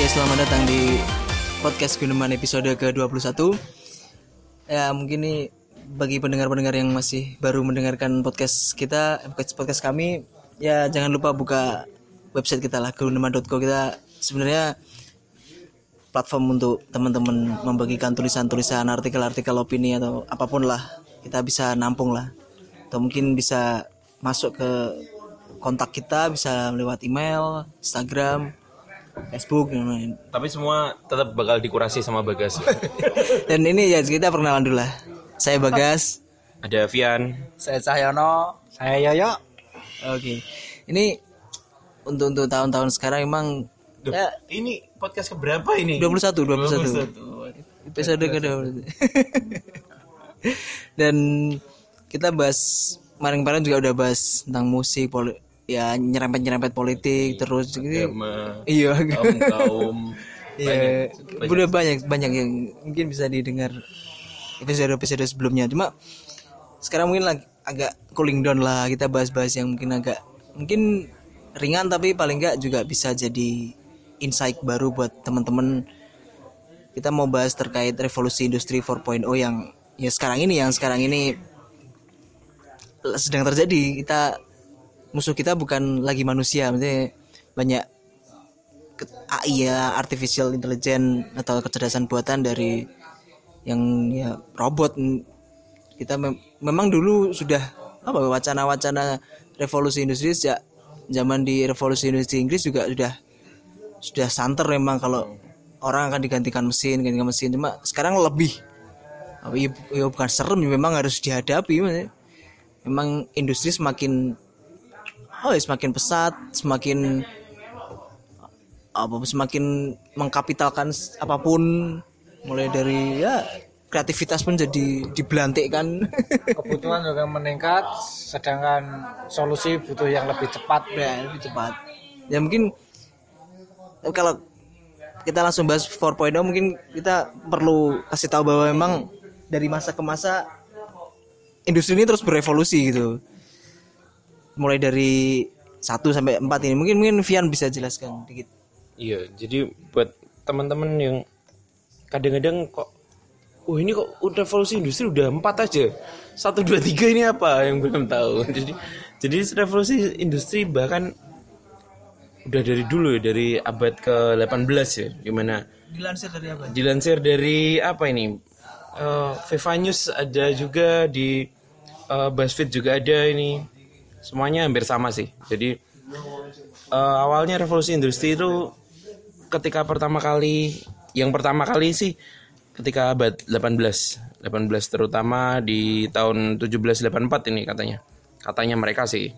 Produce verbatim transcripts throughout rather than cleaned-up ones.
selamat datang di podcast Guneman episode ke dua puluh satu. Ya, mungkin ini bagi pendengar-pendengar yang masih baru mendengarkan podcast kita, podcast kami, ya jangan lupa buka website kita lah, guneman dot co. Kita sebenarnya platform untuk teman-teman membagikan tulisan-tulisan, artikel-artikel opini atau apapun lah. Kita bisa nampung lah. Atau mungkin bisa masuk ke kontak kita, bisa lewat email, Instagram, Facebook, dan lain. Tapi semua tetap bakal dikurasi sama Bagas. Dan ini ya kita perkenalan dulu lah. Saya Bagas. Ada Vian. Saya Cahyono. Saya Yoyo. Oke. Ini untuk untuk tahun-tahun sekarang emang Duh, ya, ini podcast keberapa ini? dua puluh satu episode ke-dua puluh satu. Dan kita bahas kemarin-kemarin juga udah bahas tentang musik, poli- ya nyerempet-nyerempet politik, terus gitu. Iya, kaum-kaum. Iya, udah banyak banyak yang mungkin bisa didengar episode-episode sebelumnya. Cuma sekarang mungkin lagi agak cooling down lah, kita bahas-bahas yang mungkin agak mungkin ringan tapi paling enggak juga bisa jadi insight baru buat teman-teman. Kita mau bahas terkait revolusi industri empat titik nol yang ya sekarang ini yang sekarang ini sedang terjadi. Kita musuh kita bukan lagi manusia, maksudnya banyak A I ya, artificial intelligence atau kecerdasan buatan dari yang ya robot. Kita mem- memang dulu sudah apa wacana-wacana revolusi industri sejak zaman di revolusi industri Inggris juga sudah sudah santer memang kalau orang akan digantikan mesin, gantikan mesin. Cuma sekarang lebih apa ya, ya bukan serem, memang harus dihadapi. Memang industri semakin oh ya, semakin pesat, semakin apa semakin mengkapitalkan apapun, mulai dari ya kreativitas pun jadi dibelantikkan. Kebutuhan juga meningkat, sedangkan solusi butuh yang lebih cepat. Ya, lebih cepat. Ya mungkin kalau kita langsung bahas empat titik nol, mungkin kita perlu kasih tahu bahwa memang dari masa ke masa industri ini terus berevolusi gitu. Mulai dari satu sampai empat ini. Mungkin mungkin Vian bisa jelaskan dikit. Iya, jadi buat teman-teman yang kadang-kadang kok oh ini kok udah revolusi industri udah empat aja. satu dua tiga ini apa yang belum tahu. Jadi jadi revolusi industri bahkan udah dari dulu ya, dari abad ke delapan belas ya, gimana? Dilansir dari apa? Dilansir dari apa ini? Uh, Viva News ada juga, di uh, BuzzFeed juga ada ini. Semuanya hampir sama sih. Jadi uh, awalnya revolusi industri itu ketika pertama kali, yang pertama kali sih ketika abad delapan belas terutama di tahun tujuh belas delapan puluh empat ini katanya. Katanya mereka sih.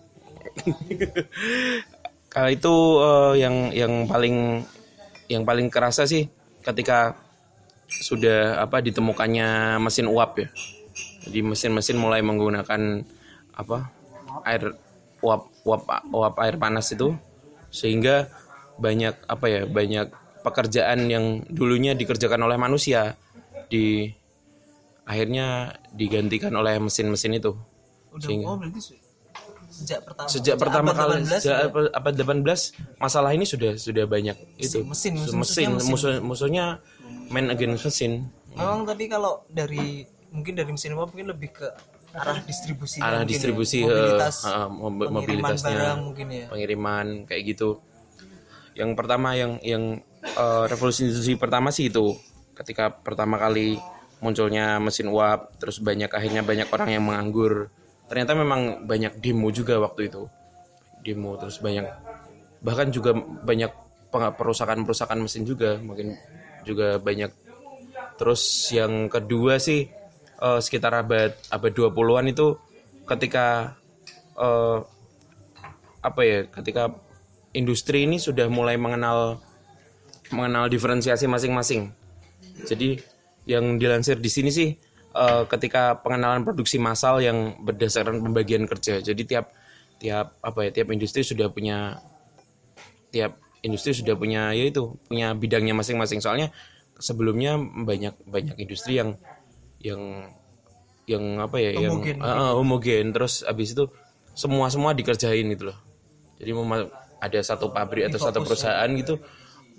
Kalau itu uh, yang yang paling yang paling kerasa sih ketika sudah apa ditemukannya mesin uap ya. Jadi mesin-mesin mulai menggunakan apa? air uap uap uap air panas itu, sehingga banyak apa ya banyak pekerjaan yang dulunya dikerjakan oleh manusia di akhirnya digantikan oleh mesin-mesin itu. Udah, sehingga oh berarti sejak pertama sejak pertama kali sejak ya? abad delapan belas masalah ini sudah sudah banyak itu mesin mesin, mesin, mesin. Musuh, musuhnya man against mesin. Memang tapi kalau dari mungkin dari mesin uap mungkin lebih ke arah distribusi arah distribusi ya. Mobilitas, uh, uh, mobilitasnya barang mungkin ya. Pengiriman kayak gitu. Yang pertama yang yang uh, revolusi industri pertama sih itu ketika pertama kali munculnya mesin uap, terus banyak akhirnya banyak orang yang menganggur. Ternyata memang banyak demo juga waktu itu. Demo terus banyak bahkan juga banyak perusakan-perusakan mesin juga, mungkin juga banyak. Terus yang kedua sih Uh, sekitar abad abad dua puluhan itu ketika uh, apa ya ketika industri ini sudah mulai mengenal mengenal diferensiasi masing-masing. Jadi yang dilansir di sini sih uh, ketika pengenalan produksi massal yang berdasarkan pembagian kerja. Jadi tiap tiap apa ya tiap industri sudah punya tiap industri sudah punya yaitu punya bidangnya masing-masing. Soalnya sebelumnya banyak banyak industri yang yang yang apa ya homogen, yang uh, homogen terus abis itu semua semua dikerjain gitu loh. Jadi ada satu pabrik atau satu perusahaan gitu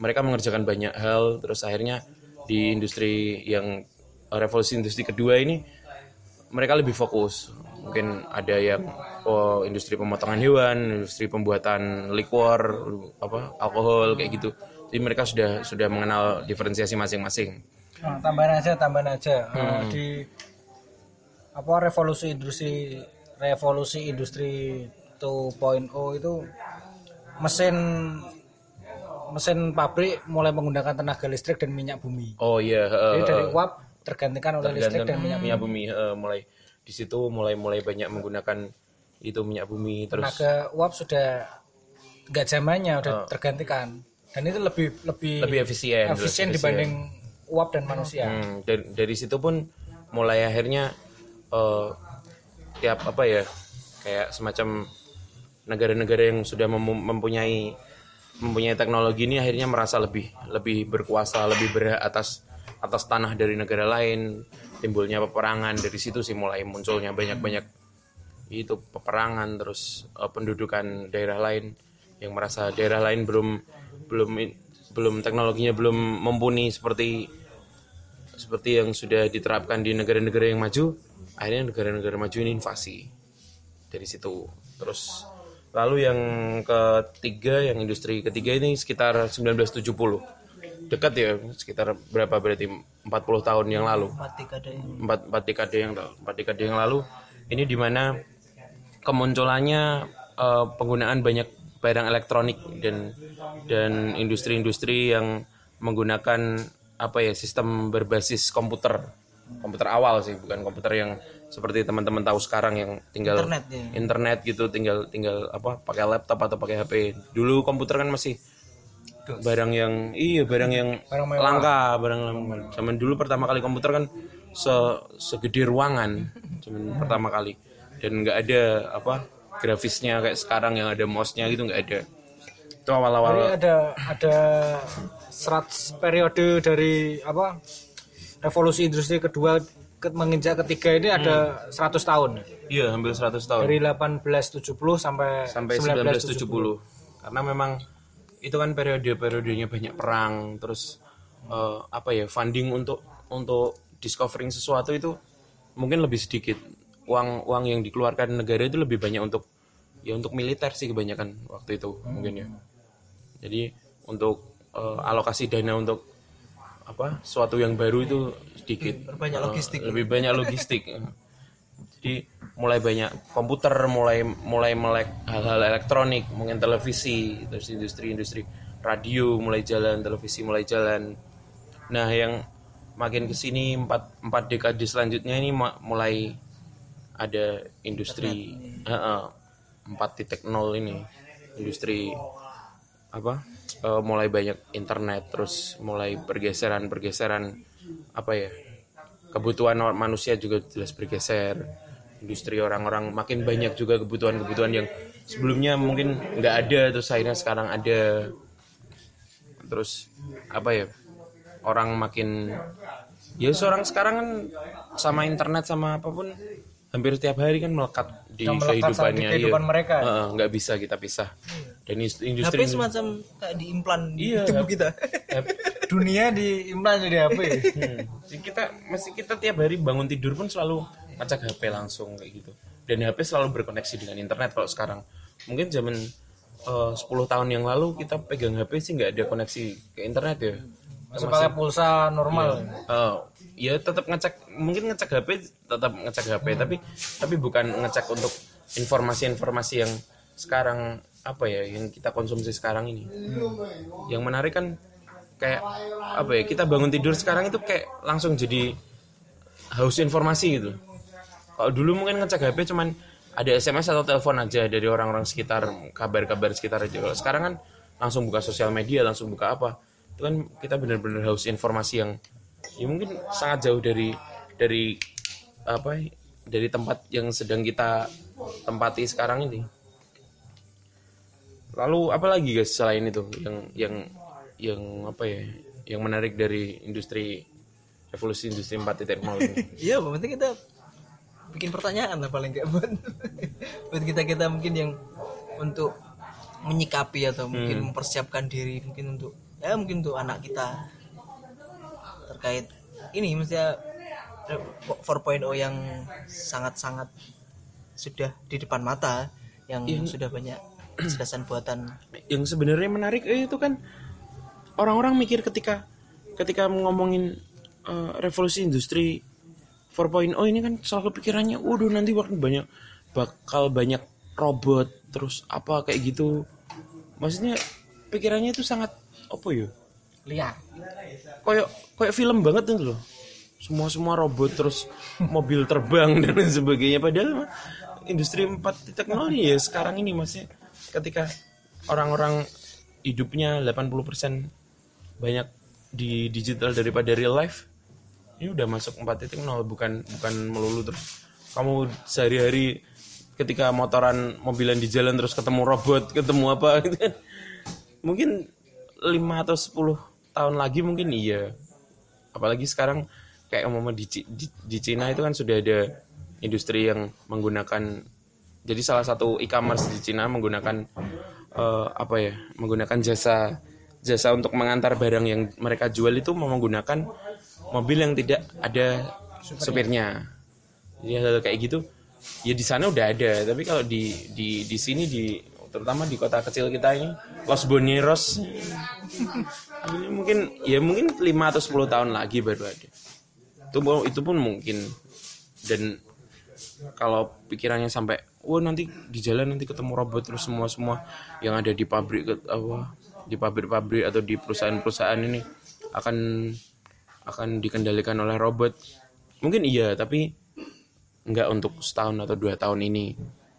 mereka mengerjakan banyak hal, terus akhirnya di industri yang revolusi industri kedua ini mereka lebih fokus. Mungkin ada yang oh, industri pemotongan hewan, industri pembuatan liquor, apa alkohol kayak gitu. Jadi mereka sudah sudah mengenal diferensiasi masing-masing. Nah, tambahan aja, tambahan aja. Hmm. Uh, di apa revolusi industri revolusi industri dua titik nol itu mesin mesin pabrik mulai menggunakan tenaga listrik dan minyak bumi. Oh iya. Uh, Jadi dari uh, uap tergantikan oleh listrik dan minyak, minyak bumi. Uh, mulai di situ mulai mulai banyak menggunakan itu minyak bumi. Terus tenaga uap sudah nggak zamannya, udah uh, tergantikan. Dan itu lebih lebih lebih efisien, efisien efisien. dibanding uap dan manusia. Hmm, dari, dari situ pun mulai akhirnya uh, tiap apa ya kayak semacam negara-negara yang sudah mem- mempunyai mempunyai teknologi ini akhirnya merasa lebih lebih berkuasa, lebih berhak atas atas tanah dari negara lain. Timbulnya peperangan, dari situ sih mulai munculnya banyak-banyak itu peperangan, terus uh, pendudukan daerah lain yang merasa daerah lain belum belum belum teknologinya belum mumpuni seperti seperti yang sudah diterapkan di negara-negara yang maju. Akhirnya negara-negara maju ini invasi dari situ. Terus lalu yang ketiga, yang industri ketiga ini sekitar sembilan belas tujuh puluh, dekat ya, sekitar berapa berarti empat puluh tahun yang lalu, empat dekade empat empat dekade yang empat dekade yang lalu ini dimana kemunculannya uh, penggunaan banyak barang elektronik dan dan industri-industri yang menggunakan apa ya sistem berbasis komputer komputer awal sih, bukan komputer yang seperti teman-teman tahu sekarang yang tinggal internet, ya. internet gitu, tinggal tinggal apa pakai laptop atau pakai H P. Dulu komputer kan masih barang yang iya barang yang Barang mewah. langka, barang langka. Zaman dulu pertama kali komputer kan se segede ruangan, zaman pertama kali, dan nggak ada apa grafisnya kayak sekarang yang ada mouse-nya gitu, nggak ada. Itu Jadi awal-awal ada ada seratus periode dari apa revolusi industri kedua ke, menginjak ketiga ini ada seratus tahun. iya hampir seratus tahun. Dari delapan belas tujuh puluh sampai, Sampai sembilan belas tujuh puluh. Karena memang itu kan periode-periodenya banyak perang, terus uh, apa ya funding untuk untuk discovering sesuatu itu mungkin lebih sedikit. Uang uang yang dikeluarkan negara itu lebih banyak untuk ya untuk militer sih kebanyakan waktu itu mungkin ya. Jadi untuk uh, alokasi dana untuk apa suatu yang baru itu sedikit. Lebih banyak logistik. Uh, lebih banyak logistik. Jadi mulai banyak komputer, mulai mulai melek hal-hal elektronik, mungkin televisi, terus industri-industri radio mulai jalan, televisi mulai jalan. Nah, yang makin kesini empat empat dekade selanjutnya ini ma- mulai ada industri empat titik nol ini, industri apa? Uh, mulai banyak internet, terus mulai pergeseran-pergeseran apa ya? Kebutuhan manusia juga jelas bergeser. Industri orang-orang makin banyak juga kebutuhan-kebutuhan yang sebelumnya mungkin nggak ada, terus akhirnya sekarang ada. Terus apa ya, orang makin ya seorang sekarang kan sama internet sama apapun hampir setiap hari kan melekat di Yang melekat kehidupannya, di kehidupan iya. mereka. Uh, nggak bisa kita pisah. Dan industri H P semacam kayak diimplan di Iya, tubuh kita. Dunia diimplan jadi H P. Hmm. Jadi kita masih kita tiap hari bangun tidur pun selalu ngecek H P langsung kayak gitu. Dan H P selalu berkoneksi dengan internet kalau sekarang. Mungkin zaman uh, sepuluh tahun yang lalu kita pegang H P sih nggak ada koneksi ke internet ya. Masih pakai pulsa normal. Oh, ya tetap ngecek, mungkin ngecek H P, tetap ngecek H P, hmm. tapi tapi bukan ngecek untuk informasi-informasi yang sekarang apa ya, yang kita konsumsi sekarang ini. Hmm. Yang menarik kan kayak apa ya, kita bangun tidur sekarang itu kayak langsung jadi haus informasi gitu. Kalau dulu mungkin ngecek H P cuman ada S M S atau telepon aja dari orang-orang sekitar, kabar-kabar sekitar aja. Kalau sekarang kan langsung buka sosial media, langsung buka apa. Itu kan kita benar-benar haus informasi yang ya mungkin sangat jauh dari dari apa dari tempat yang sedang kita tempati sekarang ini. Lalu apa lagi guys selain itu yang yang yang apa ya, yang menarik dari industri revolusi industri empat titik nol ini? Iya, penting kita bikin pertanyaan lah paling nggak buat buat kita kita mungkin yang untuk menyikapi atau mungkin hmm. mempersiapkan diri mungkin untuk ya mungkin untuk anak kita terkait ini mestinya empat titik nol yang sangat-sangat sudah di depan mata yang Yang- sudah banyak kecerdasan buatan. Yang sebenarnya menarik eh, itu kan orang-orang mikir ketika ketika ngomongin eh, revolusi industri empat titik nol ini kan selalu pikirannya, waduh nanti bakal banyak bakal banyak robot terus apa kayak gitu. Maksudnya pikirannya itu sangat apa ya? Lihat. Kayak kayak film banget itu loh. Semua-semua robot terus mobil terbang dan lain sebagainya, padahal mah industri empat titik nol ini ya sekarang ini masih ketika orang-orang hidupnya delapan puluh persen banyak di digital daripada real life. Ini udah masuk empat titik nol, bukan bukan melulu terus kamu sehari-hari ketika motoran mobilan di jalan terus ketemu robot, ketemu apa gitu kan. Mungkin lima atau sepuluh tahun lagi mungkin iya. Apalagi sekarang kayak umumnya di, di di Cina itu kan sudah ada industri yang menggunakan, jadi salah satu e-commerce di Cina menggunakan eh, apa ya? menggunakan jasa jasa untuk mengantar barang yang mereka jual itu menggunakan mobil yang tidak ada supirnya. Jadi hal kayak gitu ya di sana udah ada, tapi kalau di di di sini di terutama di kota kecil kita ini Los Boneros ini mungkin ya mungkin lima atau sepuluh tahun lagi baru ada. Itu itu pun mungkin. Dan kalau pikirannya sampai oh nanti di jalan nanti ketemu robot terus semua semua yang ada di pabrik apa di pabrik-pabrik atau di perusahaan-perusahaan ini akan akan dikendalikan oleh robot, mungkin iya, tapi enggak untuk setahun atau dua tahun ini.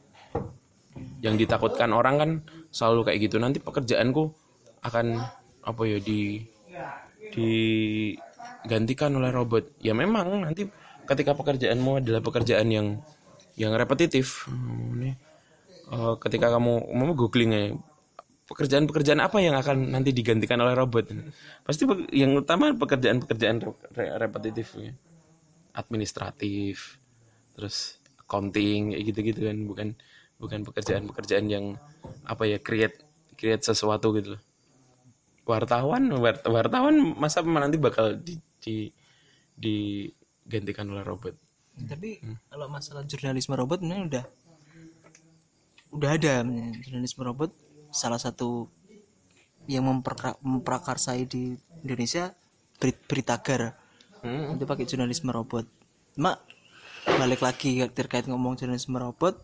Yang ditakutkan orang kan selalu kayak gitu, nanti pekerjaanku akan apa ya di digantikan oleh robot. Ya memang nanti ketika pekerjaanmu adalah pekerjaan yang yang repetitif, hmm, nih, uh, ketika kamu mau googling ya pekerjaan-pekerjaan apa yang akan nanti digantikan oleh robot, pasti yang utama pekerjaan-pekerjaan re- repetitif ya. Administratif, terus accounting kayak gitu-gitu kan, bukan bukan pekerjaan-pekerjaan yang apa ya create create sesuatu gitu loh. Wartawan wart- wartawan masa nanti bakal di, di digantikan oleh robot. Tapi hmm. kalau masalah jurnalisme robot ini udah udah ada jurnalisme robot. Salah satu yang memperka- memprakarsai di Indonesia Brit- Britagar. Hmm. Itu pakai jurnalisme robot. Mak balik lagi terkait ngomong jurnalisme robot.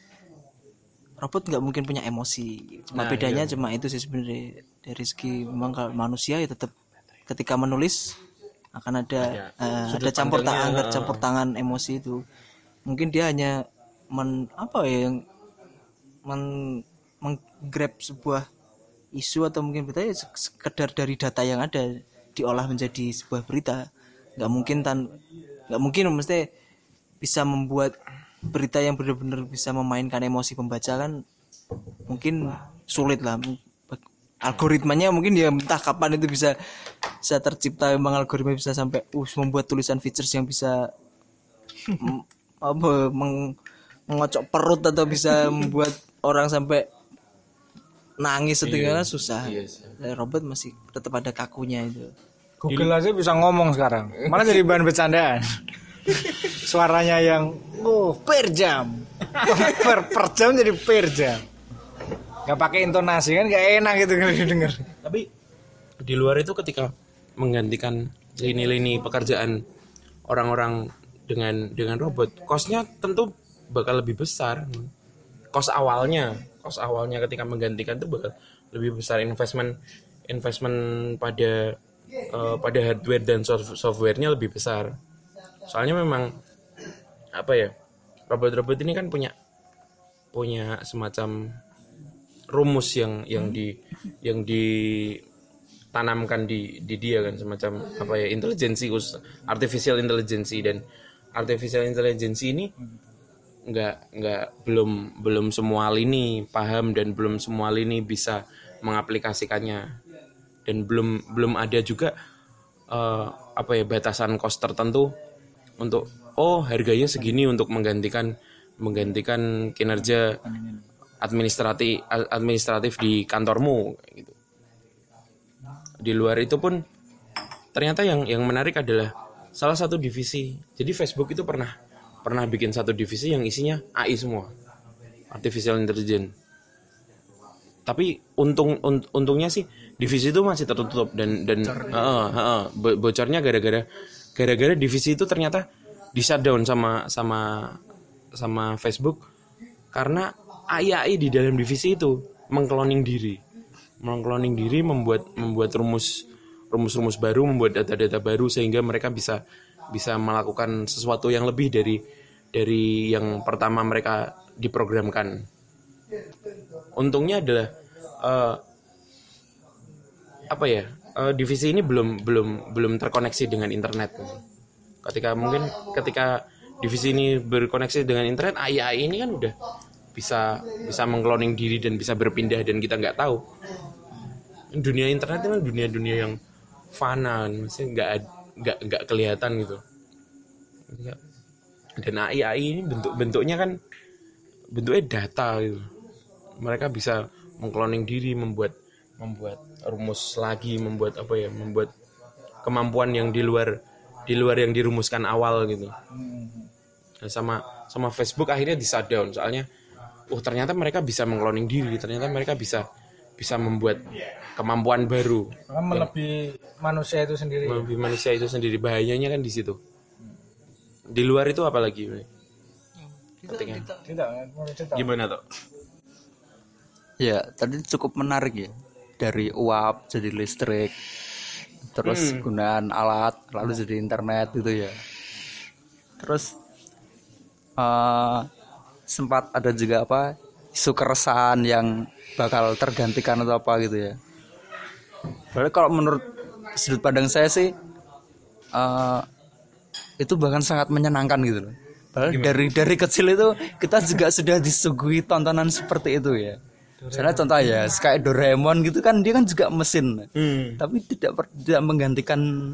Robot nggak mungkin punya emosi. Cuma nah, bedanya iya. Cuma itu sih sebenarnya, dari segi memang kalau manusia ya tetap ketika menulis akan ada ada, uh, ada campur tangan uh. campur tangan emosi itu. Mungkin dia hanya men apa ya yang men menggrab sebuah isu atau mungkin berita ya sekedar dari data yang ada diolah menjadi sebuah berita. Nggak mungkin tan nggak mungkin mesti bisa membuat berita yang benar-benar bisa memainkan emosi pembaca kan, mungkin sulit lah. Algoritmanya mungkin ya entah kapan itu bisa bisa tercipta, memang algoritma bisa sampai uh membuat tulisan features yang bisa m- apa meng, mengocok perut atau bisa membuat orang sampai nangis setinggalnya iya, susah. Iya, iya. Robot masih tetap ada kakunya itu. Google aja bisa ngomong sekarang, malah jadi bahan bercandaan. Suaranya yang oh per jam, per per jam jadi per jam. Gak pakai intonasi kan gak enak gitu kalau didengar. Tapi di luar itu ketika menggantikan lini-lini pekerjaan orang-orang dengan dengan robot, cost-nya tentu bakal lebih besar. Cost awalnya, cost awalnya ketika menggantikan itu bakal lebih besar. Investment investment pada uh, pada hardware dan software-nya lebih besar. Soalnya memang apa ya, robot-robot ini kan punya punya semacam rumus yang yang di yang ditanamkan di di dia kan, semacam apa ya, intelijensi, artificial intelligence, dan artificial intelligence ini nggak nggak belum belum semua lini paham dan belum semua lini bisa mengaplikasikannya, dan belum belum ada juga uh, apa ya batasan cost tertentu untuk oh harganya segini untuk menggantikan menggantikan kinerja administratif administratif di kantormu gitu. di luar itu pun ternyata yang yang menarik adalah salah satu divisi. Jadi Facebook itu pernah pernah bikin satu divisi yang isinya A I semua, artificial intelligence. Tapi untung unt, untungnya sih divisi itu masih tertutup dan dan uh, uh, uh, bocornya gara-gara gara-gara divisi itu ternyata di shutdown sama sama sama Facebook karena A I A I di dalam divisi itu mengkloning diri, mengkloning diri membuat membuat rumus rumus-rumus baru, membuat data-data baru sehingga mereka bisa bisa melakukan sesuatu yang lebih dari dari yang pertama mereka diprogramkan. Untungnya adalah uh, apa ya uh, divisi ini belum belum belum terkoneksi dengan internet. Ketika mungkin ketika divisi ini berkoneksi dengan internet, A I A I ini kan udah bisa bisa mengkloning diri dan bisa berpindah dan kita nggak tahu. Dunia internet itu kan dunia-dunia yang fana, maksudnya nggak nggak nggak kelihatan gitu. Dan A I A I ini bentuk-bentuknya kan bentuknya data gitu. Mereka bisa mengkloning diri, membuat membuat rumus lagi, membuat apa ya, membuat kemampuan yang di luar di luar yang dirumuskan awal gitu. Nah, sama sama Facebook akhirnya di shutdown soalnya, oh ternyata mereka bisa mengkloning diri, ternyata mereka bisa bisa membuat kemampuan baru. Melebihi manusia itu sendiri. Melebihi manusia itu sendiri, bahayanya kan di situ. Di luar itu apa lagi? Tidak, tidak. Gimana tuh? Ya, tadi cukup menarik ya. Dari uap jadi listrik, terus hmm. gunaan alat, lalu jadi internet gitu ya. Terus uh, sempat ada juga apa isu keresahan yang bakal tergantikan atau apa gitu ya. Padahal kalau menurut sudut pandang saya sih uh, itu bahkan sangat menyenangkan gitu loh. Padahal dari dari kecil itu kita juga sudah disuguhi tontonan seperti itu ya. Misalnya contoh ya, kayak Doraemon gitu kan, dia kan juga mesin, hmm. tapi tidak tidak menggantikan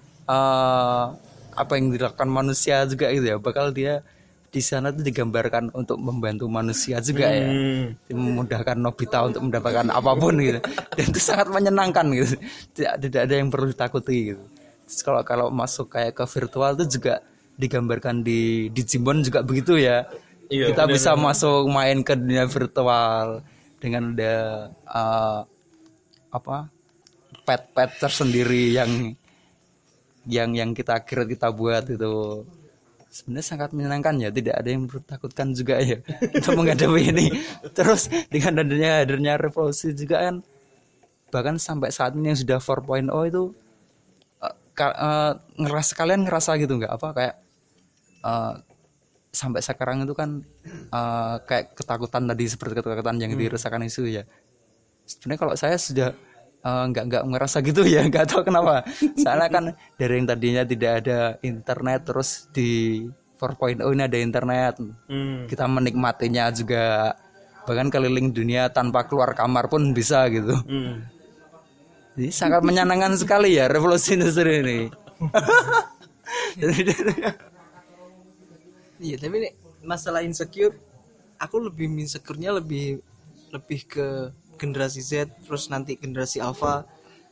uh, apa yang dilakukan manusia juga gitu ya. Bakal dia di sana tuh digambarkan untuk membantu manusia juga ya, hmm. memudahkan Nobita untuk mendapatkan apapun gitu. Dan itu sangat menyenangkan gitu. Tidak tidak ada yang perlu ditakuti gitu. Terus kalau kalau masuk kayak ke virtual itu juga digambarkan di Digimon juga begitu ya. Iya, kita bener, bisa bener. masuk main ke dunia virtual dengan ada uh, apa pet-pet tersendiri yang yang yang kita kira kita buat itu sebenarnya sangat menyenangkan ya, tidak ada yang perlu takutkan juga ya untuk menghadapi ini. Terus dengan adanya hadirnya revolusi juga kan, bahkan sampai saat ini yang sudah empat titik nol itu uh, uh, ngerasa kalian ngerasa gitu nggak apa kayak uh, sampai sekarang itu kan uh, kayak ketakutan tadi seperti ketakutan yang hmm. dirasakan isu ya. Sebenarnya kalau saya sudah uh, nggak nggak ngerasa gitu ya, nggak tahu kenapa. Soalnya kan dari yang tadinya tidak ada internet terus di empat titik nol ini ada internet. Hmm. Kita menikmatinya juga, bahkan keliling dunia tanpa keluar kamar pun bisa gitu. Hmm. Jadi sangat menyenangkan sekali ya revolusi industri ini. Iya, tapi nih, masalah insecure, aku lebih insecure-nya lebih lebih ke generasi Z, terus nanti generasi Alpha.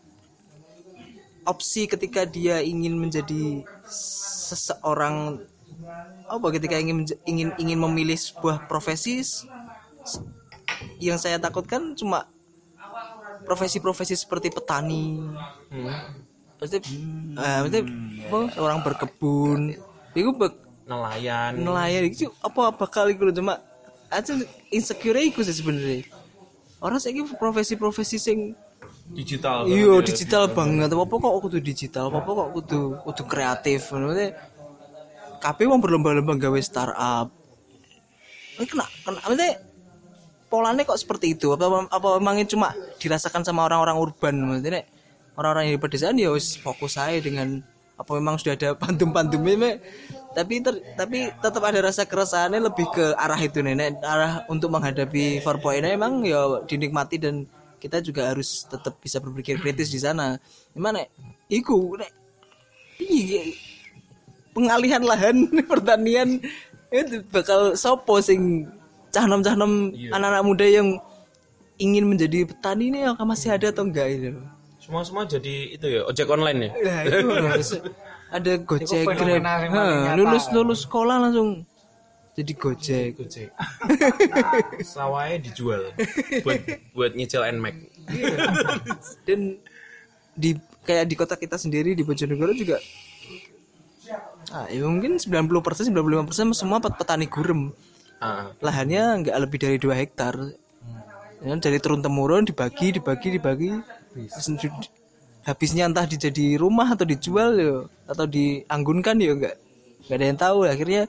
Opsi ketika dia ingin menjadi seseorang apa ketika ingin ingin ingin memilih sebuah profesi, yang saya takutkan cuma profesi-profesi seperti petani. Hmm. Pasti hmm. uh, pasti apa, orang berkebun. Itu be- nelayan nelayan itu apa bakal iku cuma aja insecure iku sih sebenarnya. Orang saiki profesi-profesi sing digital iya digital banget. Apa kok kudu digital, apa kok kudu kudu kreatif ngono teh. Kabeh wong berlomba-lomba gawe startup. Ini kena kena maksudnya polanya kok seperti itu? Apa apa memangnya cuma dirasakan sama orang-orang urban? Maksudnya orang-orang yang di pedesaan ya wis fokus aja dengan apa memang sudah ada pantum-pantumnya, tapi ter, tapi tetap ada rasa keresahannya lebih ke arah itu nih, arah untuk menghadapi empat titik nol emang ya dinikmati dan kita juga harus tetap bisa berpikir kritis di sana. Gimana? Iku nek iya pengalihan lahan pertanian itu bakal sopo sing cahnom-cahnom iya. Anak-anak muda yang ingin menjadi petani ini masih ada atau enggak itu? semua semua jadi itu ya ojek online ya. Nah, itu harus ada Gojek, Itu Grab. fenomena yang paling Hah, nyata. lulus lulus sekolah langsung jadi Gojek. Gojek. Sawahnya dijual buat buat nyicil Nmax. Dan di kayak di kota kita sendiri di Bojonegoro juga ah, ya mungkin sembilan puluh persen sembilan puluh lima persen semua pet- petani gurem. Ah, Lahannya nggak lebih dari dua hektar. Ya, dari turun temurun dibagi dibagi dibagi Terus di- habisnya entah dijadi rumah atau dijual yo atau dianggunkan yo nggak nggak ada yang tahu. Akhirnya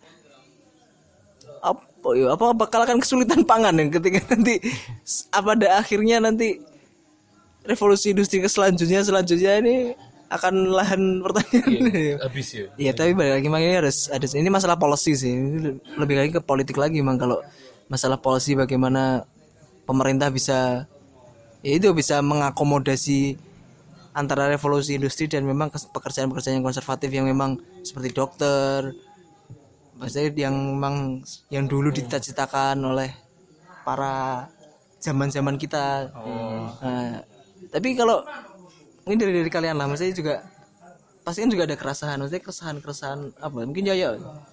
apa yo apa bakal akan kesulitan pangan yang ketika nanti apa pada akhirnya nanti revolusi industri ke selanjutnya selanjutnya ini akan lahan pertanian. iya, habis ya. Iya tapi balik lagi makanya harus ada ini masalah policy sih. Ini lebih lagi ke politik lagi mang kalau masalah policy bagaimana pemerintah bisa ya itu bisa mengakomodasi antara revolusi industri dan memang kes- pekerjaan-pekerjaan yang konservatif yang memang seperti dokter maksudnya yang memang yang dulu dicita-citakan oleh para zaman-zaman kita. Nah, tapi kalau ini dari dari kalian lah maksudnya juga pasti kan juga ada keresahan maksudnya keresahan-keresahan apa mungkin ya ya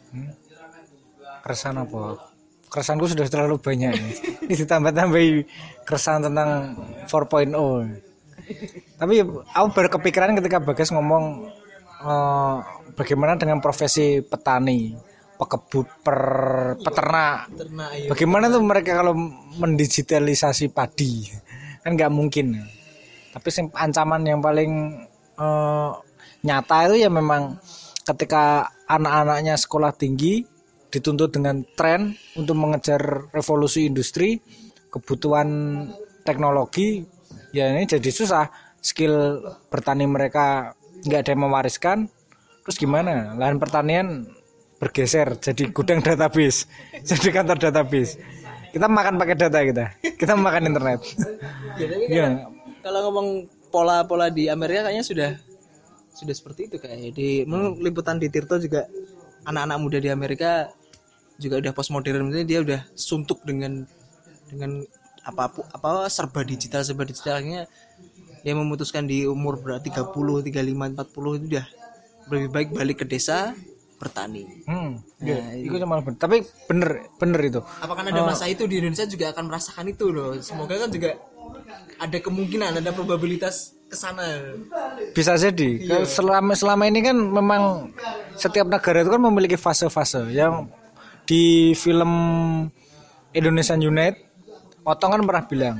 Keresahan apa? Keresahanku sudah terlalu banyak ini. Ini ditambah-tambahi keresahan tentang empat titik nol. Tapi aku berkepikiran ketika Bagas ngomong eh, bagaimana dengan profesi petani, pekebut, per, peternak. ternak ya. Bagaimana tuh mereka kalau mendigitalisasi padi? Kan nggak mungkin. Tapi sing- ancaman yang paling eh, nyata itu ya memang ketika anak-anaknya sekolah tinggi dituntut dengan tren untuk mengejar revolusi industri, kebutuhan teknologi, ya ini jadi susah. Skill bertani mereka nggak ada yang mewariskan. Terus gimana? Lahan pertanian bergeser jadi gudang database, jadi kantor database. Kita makan pakai data kita, kita makan internet. Ya, tapi Iya. kalau ngomong pola-pola di Amerika kayaknya sudah sudah seperti itu kayaknya di menurut liputan di Tirto juga anak-anak muda di Amerika juga udah postmodern maksudnya dia udah suntuk dengan dengan apa apa serba digital serba digitalnya dia memutuskan di umur berarti tiga puluh, tiga puluh lima, empat puluh itu udah lebih baik balik ke desa bertani. Hmm, Nah, iya, itu cuma bener. Tapi bener, bener itu. Apakah ada masa itu di Indonesia juga akan merasakan itu loh. Semoga kan juga ada kemungkinan, ada probabilitas ke sana. Bisa jadi. Kalau Selama selama ini kan memang setiap negara itu kan memiliki fase-fase. Yang di film Indonesian Unite, Otong kan pernah bilang,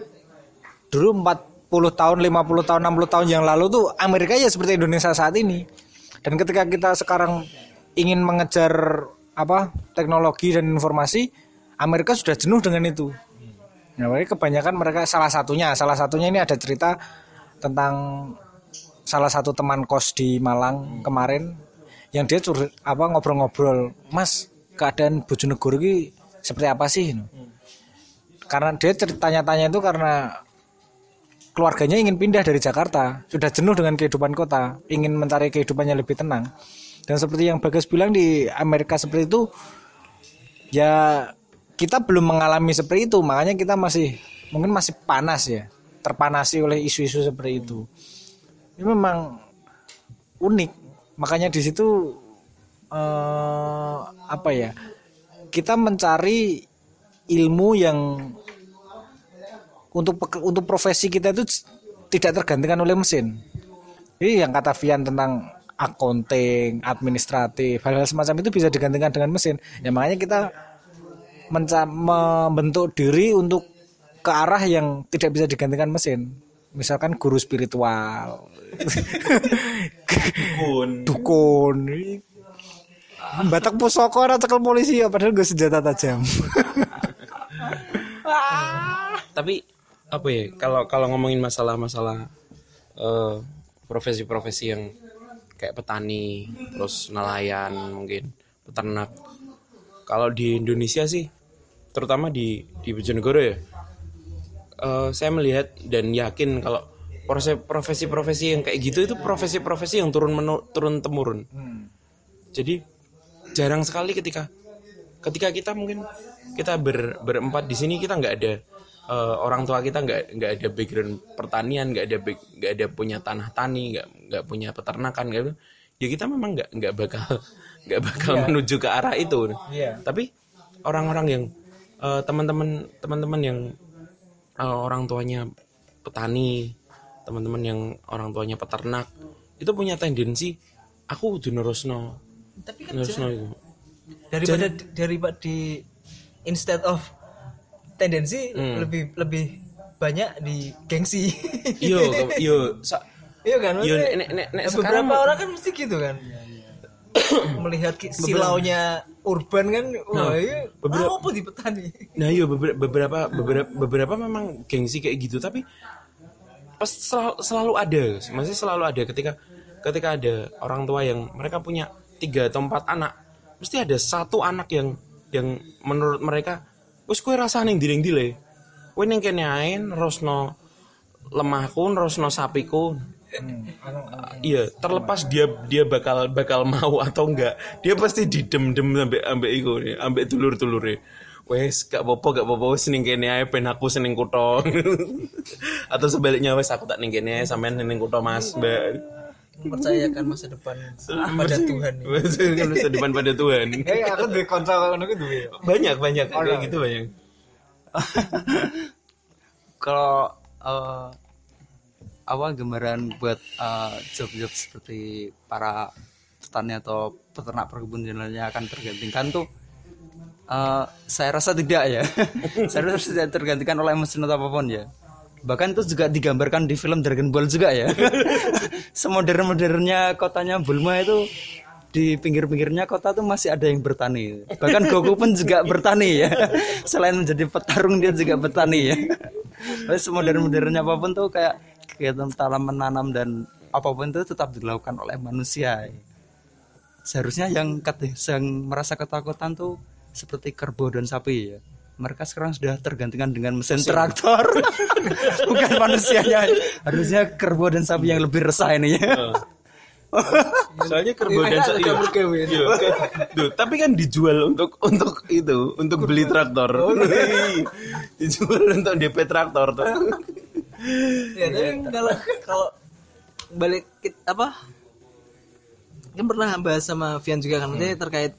dulu empat puluh tahun, lima puluh tahun, enam puluh tahun yang lalu tuh Amerika ya seperti Indonesia saat ini. Dan ketika kita sekarang ingin mengejar apa teknologi dan informasi, Amerika sudah jenuh dengan itu. Nah, mereka kebanyakan mereka salah satunya, salah satunya ini ada cerita tentang salah satu teman kos di Malang kemarin yang dia cur, apa ngobrol-ngobrol, Mas, keadaan Bojonegoro ini seperti apa sih? Karena dia ceritanya-tanya itu karena keluarganya ingin pindah dari Jakarta, sudah jenuh dengan kehidupan kota, ingin mencari kehidupannya lebih tenang. Dan seperti yang Bagas bilang di Amerika seperti itu, ya kita belum mengalami seperti itu, makanya kita masih mungkin masih panas ya, terpanasi oleh isu-isu seperti itu. Ini memang unik, makanya di situ eh, apa ya? Kita mencari ilmu yang untuk untuk profesi kita itu tidak tergantikan oleh mesin. Jadi yang kata Vian tentang accounting, administratif, hal-hal semacam itu bisa digantikan dengan mesin. Ya makanya kita menca- membentuk diri untuk ke arah yang tidak bisa digantikan mesin. Misalkan guru spiritual, Dukun. dukun, batak pusoko ora cekel polisi ya padahal gue senjata tajam. Tapi apa ya kalau kalau ngomongin masalah-masalah eh, profesi-profesi yang kayak petani, terus nelayan, mungkin peternak. Kalau di Indonesia sih, terutama di di Bojonegoro ya, eh, saya melihat dan yakin kalau proses- profesi-profesi yang kayak gitu itu profesi-profesi yang turun menu, turun temurun. Jadi jarang sekali ketika ketika kita mungkin kita ber, berempat di sini kita nggak ada uh, orang tua kita nggak nggak ada background pertanian, nggak ada back, nggak ada punya tanah tani, nggak nggak punya peternakan gitu, ya kita memang nggak nggak bakal nggak bakal yeah. menuju ke arah itu. Yeah. Tapi orang-orang yang uh, teman-teman teman-teman yang uh, orang tuanya petani, teman-teman yang orang tuanya peternak, itu punya tendensi aku udah nerusno. Tapi kan nerusno jangan, itu. daripada Jadi, daripada di instead of tendensi hmm. lebih lebih banyak di gengsi. Yo, yo, sa- iya kan? Yo, nek, nek, nek, beberapa sekarang, orang kan mesti gitu kan. Melihat silaunya urban kan, wah, nah, iya, beberapa, apa di petani. Nah, iya beberapa beberapa beberapa beberapa memang gengsi kayak gitu, tapi pas selalu, selalu ada, masih selalu ada ketika ketika ada orang tua yang mereka punya tiga atau empat anak, mesti ada satu anak yang yang menurut mereka wis kowe rasane ndileng-ndile. Kowe ning kene ae nerosno lemahku, nerosno sapiku. Hmm. Uh, iya, terlepas dia dia bakal bakal mau atau enggak, dia pasti didem-dem ambek ambek iku, ambek dulur-dulure. Wes gak apa-apa, gak apa-apa wis ning kene ae ben aku seneng kutho. Atau sebaliknya wes aku tak ning kene sampean ning kutho Mas, Mbak. Mempercayakan masa depan pada Tuhan. Masa depan pada Tuhan. Eh aku duwe kanca ngono ku duwe. Banyak banyak oh, kayak gitu banyak. Kalau uh, awal gambaran buat uh, job-job seperti para petani atau peternak perkebun jalannya akan tergantikan tuh uh, saya rasa tidak ya. Saya rasa tidak tergantikan oleh mesin atau apapun ya. Bahkan itu juga digambarkan di film Dragon Ball juga ya. Semodern-modernnya kotanya Bulma itu di pinggir-pinggirnya kota tuh masih ada yang bertani. Bahkan Goku pun juga bertani ya. Selain menjadi petarung dia juga bertani ya. Tapi semodern-modernnya apapun tuh kayak kegiatan tanam menanam dan apapun itu tetap dilakukan oleh manusia. Seharusnya yang yang merasa ketakutan tuh seperti kerbau dan sapi ya. Mereka sekarang sudah tergantikan dengan mesin traktor. Bukan manusianya. Harusnya kerbau dan sapi yang lebih resah ini ya. Soalnya kerbau dan sapi. Tapi kan dijual untuk untuk itu, untuk beli traktor. Dijual untuk D P traktor tuh. Ya, tapi kalau kalau balik apa? Kan pernah bahas sama Vian juga kan, maksudnya terkait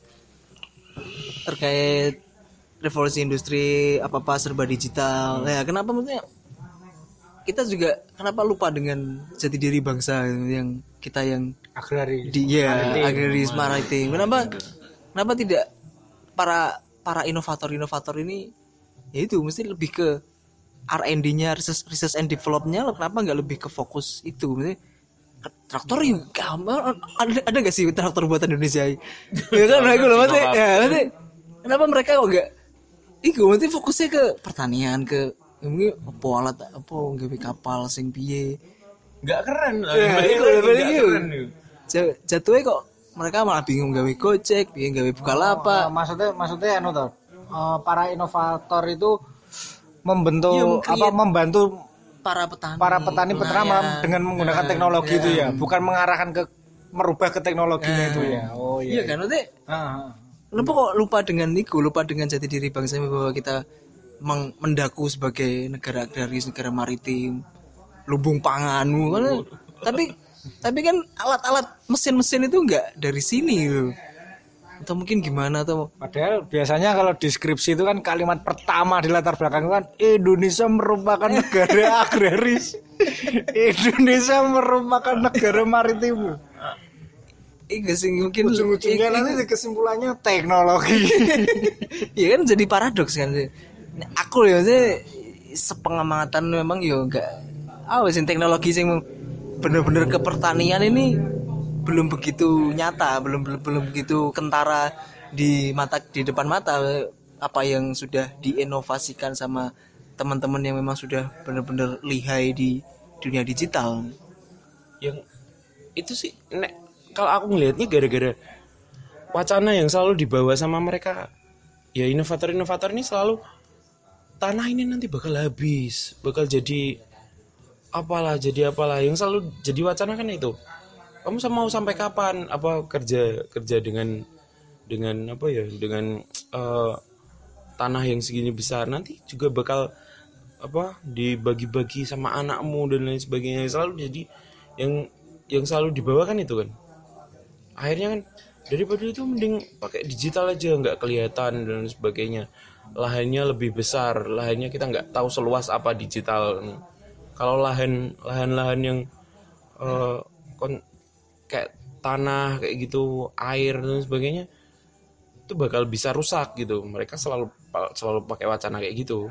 terkait revolusi industri apa-apa serba digital. Hmm. Ya, kenapa maksudnya kita juga kenapa lupa dengan jati diri bangsa yang kita yang agraris. Di, ya, agraris maritim. Kenapa kenapa tidak para para inovator-inovator ini ya itu mesti lebih ke R and D-nya, research, research and development-nya, kenapa enggak lebih ke fokus itu? Maksudnya traktor yang gampang ada ada enggak sih traktor buatan Indonesia? Ya kan aku loh maksudnya. Ya, maksudnya kenapa mereka kok enggak iku nanti fokusnya ke pertanian, ke mungkin apa alat apa nggawe kapal sing piye. Enggak keren lah. Ya, iku enggak keren. Jatuhnya kok mereka malah bingung gawe Gojek, bingung gawe Bukalapak. Oh, maksudnya maksudnya anu toh. Uh, para inovator itu membentuk ya, apa membantu para petani para petani peternak dengan menggunakan teknologi ya. Itu ya, bukan mengarahkan ke merubah ke teknologinya ya. Itu ya. Oh iya. Iya kan nanti. Heeh. Kenapa kok lupa dengan itu, lupa dengan jati diri bangsa bahwa kita mendaku sebagai negara agraris, negara maritim, lumbung pangan, kan? tapi tapi kan alat-alat mesin-mesin itu enggak dari sini loh. Atau mungkin gimana tuh? Padahal biasanya kalau deskripsi itu kan kalimat pertama di latar belakang kan Indonesia merupakan negara agraris. Indonesia merupakan negara maritim. Iya sih mungkin ujung-ujungnya nanti kesimpulannya teknologi. Iya kan jadi paradoks kan. Aku ya maksudnya sepengamatan memang yo enggak ah sih teknologi sing bener-bener ke pertanian ini belum begitu nyata, belum belum, belum begitu kentara di mata di depan mata apa yang sudah diinovasikan sama teman-teman yang memang sudah benar-benar lihai di dunia digital. Yang itu sih nek kalau aku ngelihatnya gara-gara wacana yang selalu dibawa sama mereka, ya inovator-inovator ini selalu tanah ini nanti bakal habis, bakal jadi apalah, jadi apalah, yang selalu jadi wacana kan itu. Kamu mau sampai kapan apa kerja kerja dengan dengan apa ya dengan uh, tanah yang segini besar nanti juga bakal apa dibagi-bagi sama anakmu dan lain sebagainya, selalu jadi yang yang selalu dibawakan itu kan. Akhirnya kan daripada itu mending pakai digital aja, nggak kelihatan dan sebagainya, lahannya lebih besar, lahannya kita nggak tahu seluas apa digital. Kalau lahan lahan-lahan yang uh, kon, kayak tanah kayak gitu, air dan sebagainya, itu bakal bisa rusak gitu. Mereka selalu selalu pakai wacana kayak gitu.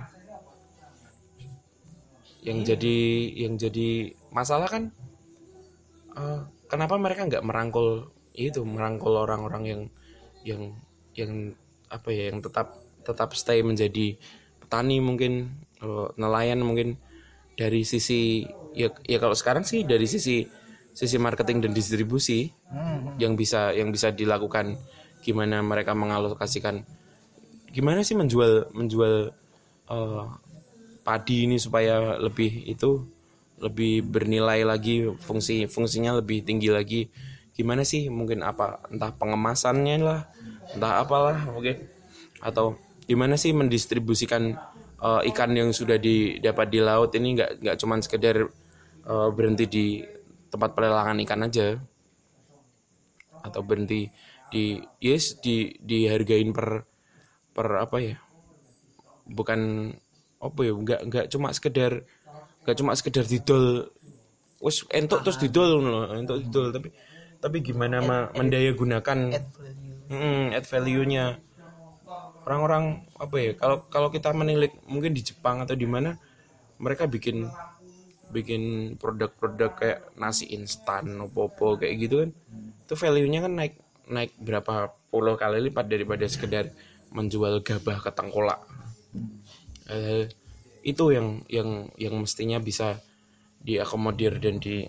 Yang hmm. jadi yang jadi masalah kan uh, kenapa mereka nggak merangkul itu, merangkul orang-orang yang yang yang apa ya, yang tetap tetap stay menjadi petani mungkin, uh, nelayan mungkin, dari sisi ya ya kalau sekarang sih dari sisi sisi marketing dan distribusi hmm. yang bisa yang bisa dilakukan, gimana mereka mengalokasikan, gimana sih menjual menjual uh, padi ini supaya lebih itu lebih bernilai lagi, fungsi fungsinya lebih tinggi lagi, gimana sih, mungkin apa, entah pengemasannya lah, entah apalah mungkin, atau gimana sih mendistribusikan uh, ikan yang sudah didapat di laut ini nggak nggak cuman sekedar uh, berhenti di tempat pelelangan ikan aja, atau berhenti di yes di dihargain per per apa ya, bukan apa ya, nggak nggak cuma sekedar nggak cuma sekedar didol wes entuk terus didol loh, entuk didol, tapi tapi gimana ma, mendaya gunakan add value. Hmm, add value-nya orang-orang apa ya, kalau kalau kita menilik mungkin di Jepang atau di mana, mereka bikin bikin produk-produk kayak nasi instan opo-opo kayak gitu kan, itu value-nya kan naik naik berapa puluh kali lipat daripada sekedar menjual gabah ke tengkolak. Eh, itu yang yang yang mestinya bisa diakomodir dan di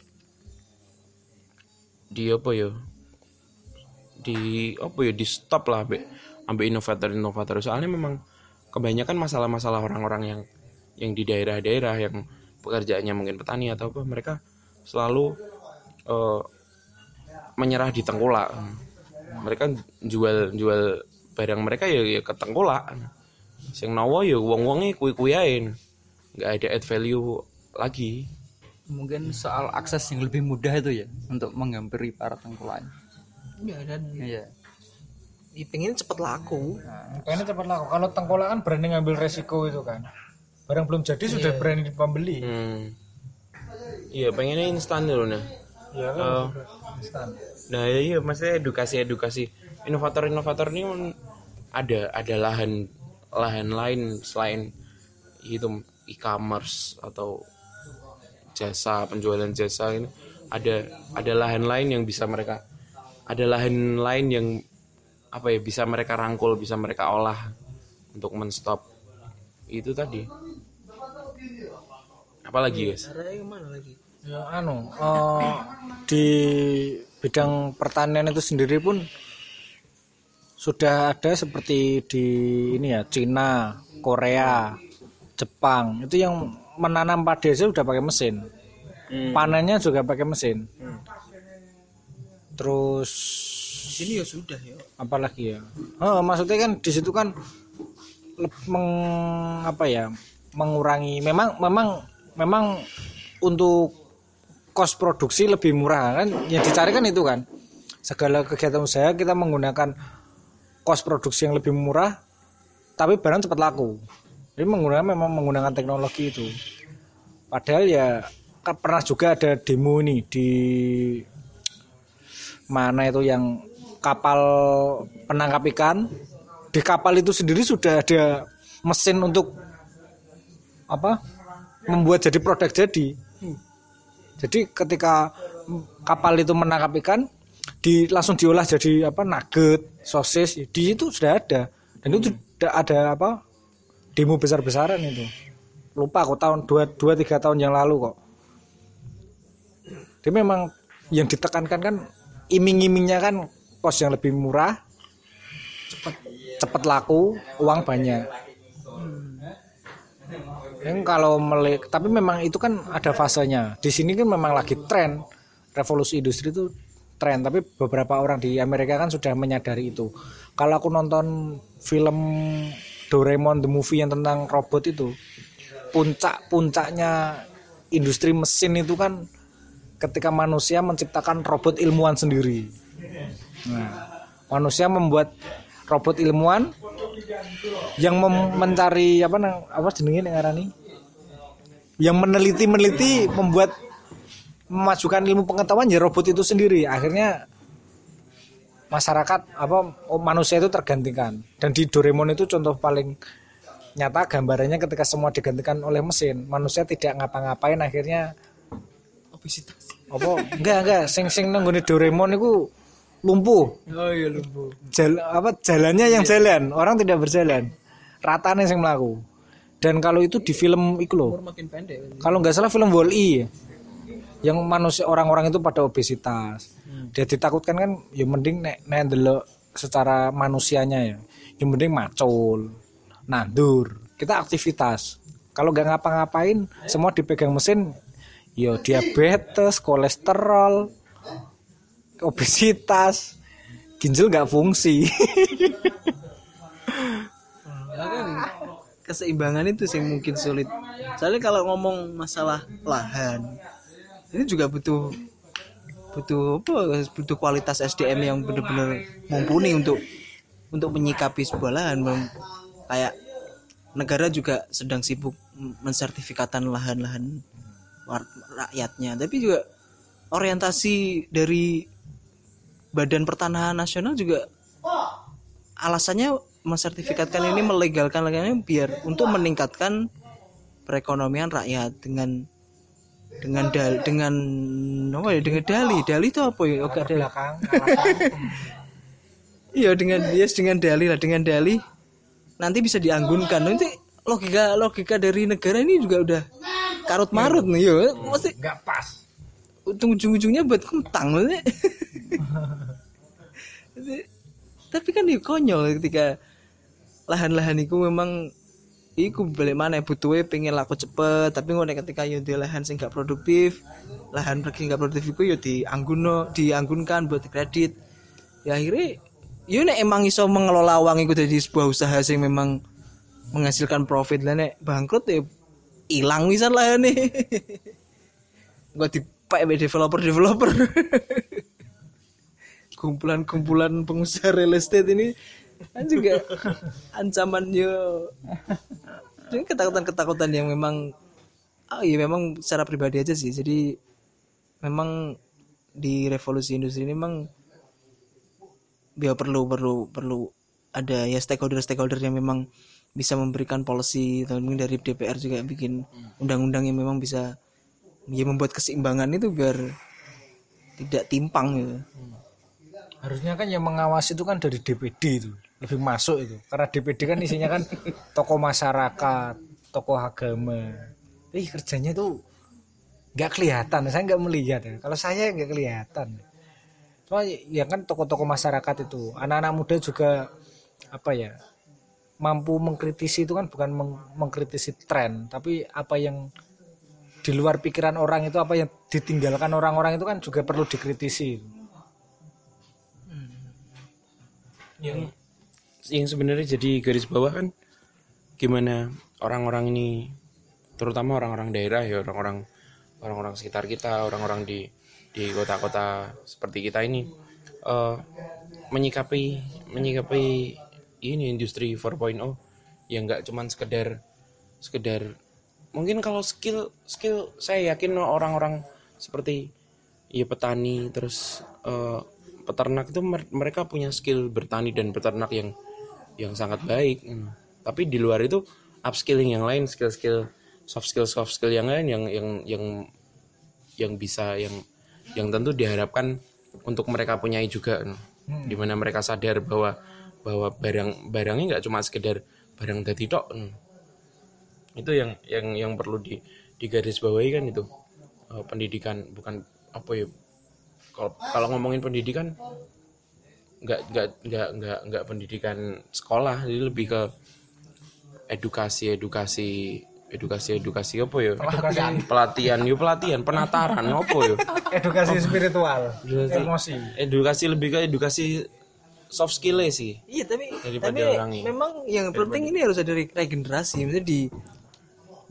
di apa ya di apa ya di stop lah be ambil inovator-inovator, soalnya memang kebanyakan masalah-masalah orang-orang yang yang di daerah-daerah yang pekerjaannya mungkin petani atau apa, mereka selalu uh, menyerah di tengkolak. Mereka jual jual barang mereka ya, ya ke tengkolak. Sing nawa ya wong-wonge kuwi-kuwi ae. Enggak ada add value lagi. Mungkin soal akses yang lebih mudah itu ya untuk menghampiri para tengkolak. Iya, dan iya. Ya, pengen cepet laku. Nah, pengen cepet laku. Kalau tengkolak kan berani ngambil resiko itu kan. Barang belum jadi yeah. sudah berani pembeli. Hmm. Iya, pengennya instan dulu nah. Iya kan. Uh, instan. Nah, ya iya maksudnya edukasi-edukasi. Inovator-inovator ini ada ada lahan lahan lain selain itu e-commerce atau jasa, penjualan jasa ini, ada ada lahan lain yang bisa mereka ada lahan lain yang apa ya, bisa mereka rangkul, bisa mereka olah untuk menstop itu tadi. Apalagi guys? Caranya kemana lagi? Ya anu uh, di bidang pertanian itu sendiri pun sudah ada seperti di ini ya, Cina, Korea, Jepang, itu yang menanam padi aja sudah pakai mesin. Hmm. Panennya juga pakai mesin. Hmm. Terus di sini ya sudah ya. Apalagi ya? Oh, maksudnya kan di situ kan meng, apa ya? mengurangi, memang memang memang untuk kos produksi lebih murah kan, yang dicari kan itu kan. Segala kegiatan usaha kita menggunakan kos produksi yang lebih murah tapi barang cepat laku. Jadi menggunakan memang menggunakan teknologi itu. Padahal ya kan pernah juga ada demo ini di mana itu yang kapal penangkap ikan. Di kapal itu sendiri sudah ada mesin untuk apa? Membuat jadi produk jadi. Jadi ketika kapal itu menangkap ikan, di langsung diolah jadi apa, nugget, sosis, di situ sudah ada. Dan itu sudah ada apa, demo besar-besaran itu. Lupa aku tahun dua tiga tahun yang lalu kok. Jadi memang yang ditekankan kan iming-imingnya kan kos yang lebih murah, cepat cepat laku, uang banyak. Yang kalau melek, tapi memang itu kan ada fasenya. Di sini kan memang lagi tren revolusi industri itu tren, tapi beberapa orang di Amerika kan sudah menyadari itu. Kalau aku nonton film Doraemon the movie yang tentang robot itu, puncak-puncaknya industri mesin itu kan ketika manusia menciptakan robot ilmuwan sendiri. Nah, manusia membuat robot ilmuwan yang mem- mencari apa nang apa jenenge nek ngarani? Yang meneliti-meneliti membuat memajukan ilmu pengetahuan ya robot itu sendiri. Akhirnya masyarakat apa manusia itu tergantikan. Dan di Doraemon itu contoh paling nyata gambarannya ketika semua digantikan oleh mesin, manusia tidak ngapa-ngapain akhirnya Obesitas. apa enggak enggak sing sing nanggone Doraemon itu lumpuh. Oh iya lumpuh. Jal, apa jalannya yang jalan, orang tidak berjalan. Ratane sing mlaku. Dan kalau itu di film iku lho. Makin pendek. Kalau nggak salah film Wall-E yang manusia orang-orang itu pada obesitas. Hmm. Dia ditakutkan kan ya mending nek nek ndelok secara manusianya ya. Yang mending macul, nandur, kita aktivitas. Kalau nggak ngapa-ngapain, semua dipegang mesin, ya diabetes, kolesterol, obesitas, ginjal nggak fungsi. Keseimbangan itu sih mungkin sulit. Soalnya kalau ngomong masalah lahan, ini juga butuh butuh apa? Butuh kualitas S D M yang benar-benar mumpuni untuk untuk menyikapi sebuah lahan. Kayak negara juga sedang sibuk mensertifikatan lahan-lahan rakyatnya, tapi juga orientasi dari Badan Pertanahan Nasional juga alasannya mensertifikatkan ini, melegalkan lahannya biar untuk meningkatkan perekonomian rakyat dengan dengan dal dengan apa ya dengan dali dali itu apa ya oke dali belakang iya dengan yes dengan dali lah dengan dali nanti bisa dianggunkan. Nanti logika logika dari negara ini juga udah karut marut nih yo mesti nggak pas. Ujung-ujungnya buat kentang maksudnya. Tapi kan ya konyol ketika lahan-lahan itu memang iku balik mana butuhnya pengen laku cepet, tapi ngono ketika yo di lahan sing gak produktif, lahan pergi gak produktif iku yo diangguno, dianggunkan buat kredit. Ya akhirnya yo nek emang iso mengelola uang iku dari sebuah usaha sing memang menghasilkan profit, lah nek bangkrut ya ilang wisan lahane. Gua dipek be developer-developer. Kumpulan-kumpulan pengusaha real estate ini kan juga ancaman yo ini ketakutan-ketakutan yang memang oh iya memang secara pribadi aja sih. Jadi memang di revolusi industri ini memang dia perlu perlu perlu ada ya stakeholder-stakeholder yang memang bisa memberikan policy, atau mungkin dari D P R juga bikin undang-undang yang memang bisa ya membuat keseimbangan itu biar tidak timpang gitu. Harusnya kan yang mengawasi itu kan dari D P D itu lebih masuk itu, karena D P D kan isinya kan tokoh masyarakat, tokoh agama. Eh kerjanya tuh nggak kelihatan, saya nggak melihat ya. Kalau saya nggak kelihatan. Cuma ya kan tokoh-tokoh masyarakat itu, anak-anak muda juga apa ya mampu mengkritisi itu kan bukan meng- mengkritisi tren, tapi apa yang di luar pikiran orang itu, apa yang ditinggalkan orang-orang itu kan juga perlu dikritisi. Yang yang sebenarnya jadi garis bawah kan gimana orang-orang ini, terutama orang-orang daerah ya, orang-orang orang-orang sekitar kita, orang-orang di di kota-kota seperti kita ini uh, menyikapi menyikapi ini industri empat titik nol yang nggak cuman sekedar sekedar mungkin kalau skill skill saya yakin orang-orang seperti ya petani terus uh, peternak itu mereka punya skill bertani dan peternak yang yang sangat baik. Hmm. Tapi di luar itu upskilling yang lain, skill-skill soft skill soft skill yang lain yang yang yang yang bisa yang yang tentu diharapkan untuk mereka punyai juga. Hmm. Di mana mereka sadar bahwa bahwa barang barangnya nggak cuma sekedar barang dadi tok. Hmm. Itu yang yang yang perlu di digarisbawahi kan itu. Uh, pendidikan bukan apa ya, kalau kalau ngomongin pendidikan nggak nggak nggak nggak nggak pendidikan sekolah, jadi lebih ke edukasi edukasi edukasi edukasi apa ya, Edukasi. pelatihan yuk pelatihan penataran apa ya, Edukasi spiritual, edukasi, emosi. edukasi lebih ke edukasi soft skill sih. Iya tapi Daripada tapi orang ini. memang yang penting ini harus ada regenerasi, maksudnya di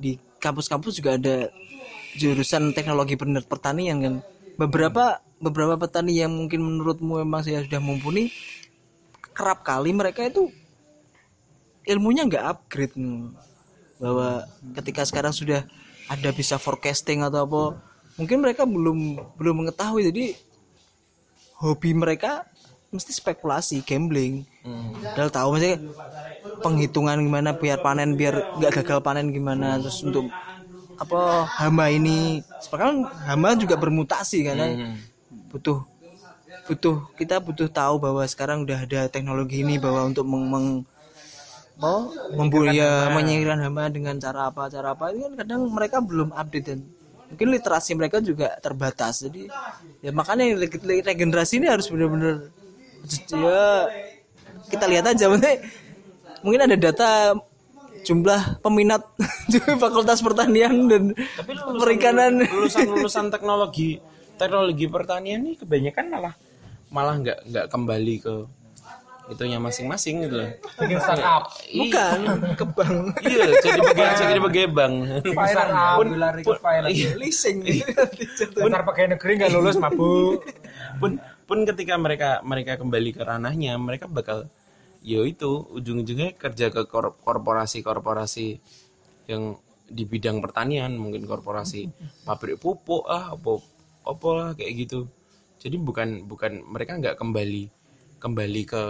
di kampus-kampus juga ada jurusan teknologi benar pertanian kan. Beberapa beberapa petani yang mungkin menurutmu memang saya sudah mumpuni, kerap kali mereka itu ilmunya nggak upgrade, bahwa ketika sekarang sudah ada bisa forecasting atau apa, mungkin mereka belum belum mengetahui, jadi hobi mereka mesti spekulasi, gambling. Hmm. Padahal tahu maksudnya penghitungan gimana biar panen, biar nggak gagal panen gimana, terus untuk apa hama ini, sekarang hama juga bermutasi karena hmm. butuh butuh kita butuh tahu bahwa sekarang udah ada teknologi ini bahwa untuk meng, meng oh, membunuh ya menyingkirkan hama dengan cara apa cara apa itu kan kadang mereka belum update dan mungkin literasi mereka juga terbatas, jadi ya makanya regenerasi ini harus benar-benar ya kita lihat aja, maksudnya mungkin ada data jumlah peminat fakultas pertanian dan tapi lulusan, perikanan lulusan lulusan teknologi teknologi pertanian ini kebanyakan malah malah nggak nggak kembali ke itunya masing-masing gitu loh. Bikin startup. Bukan ke bank. Iya, jadi bagian jadi bagian bank. Startup lari ke file leasing. Bentar pakai negeri enggak lulus mabuk. Pun pun ketika mereka mereka kembali ke ranahnya, mereka bakal yo itu ujung-ujungnya kerja ke kor- korporasi-korporasi yang di bidang pertanian, mungkin korporasi pabrik pupuk ah apa apa lah kayak gitu. Jadi bukan bukan mereka nggak kembali kembali ke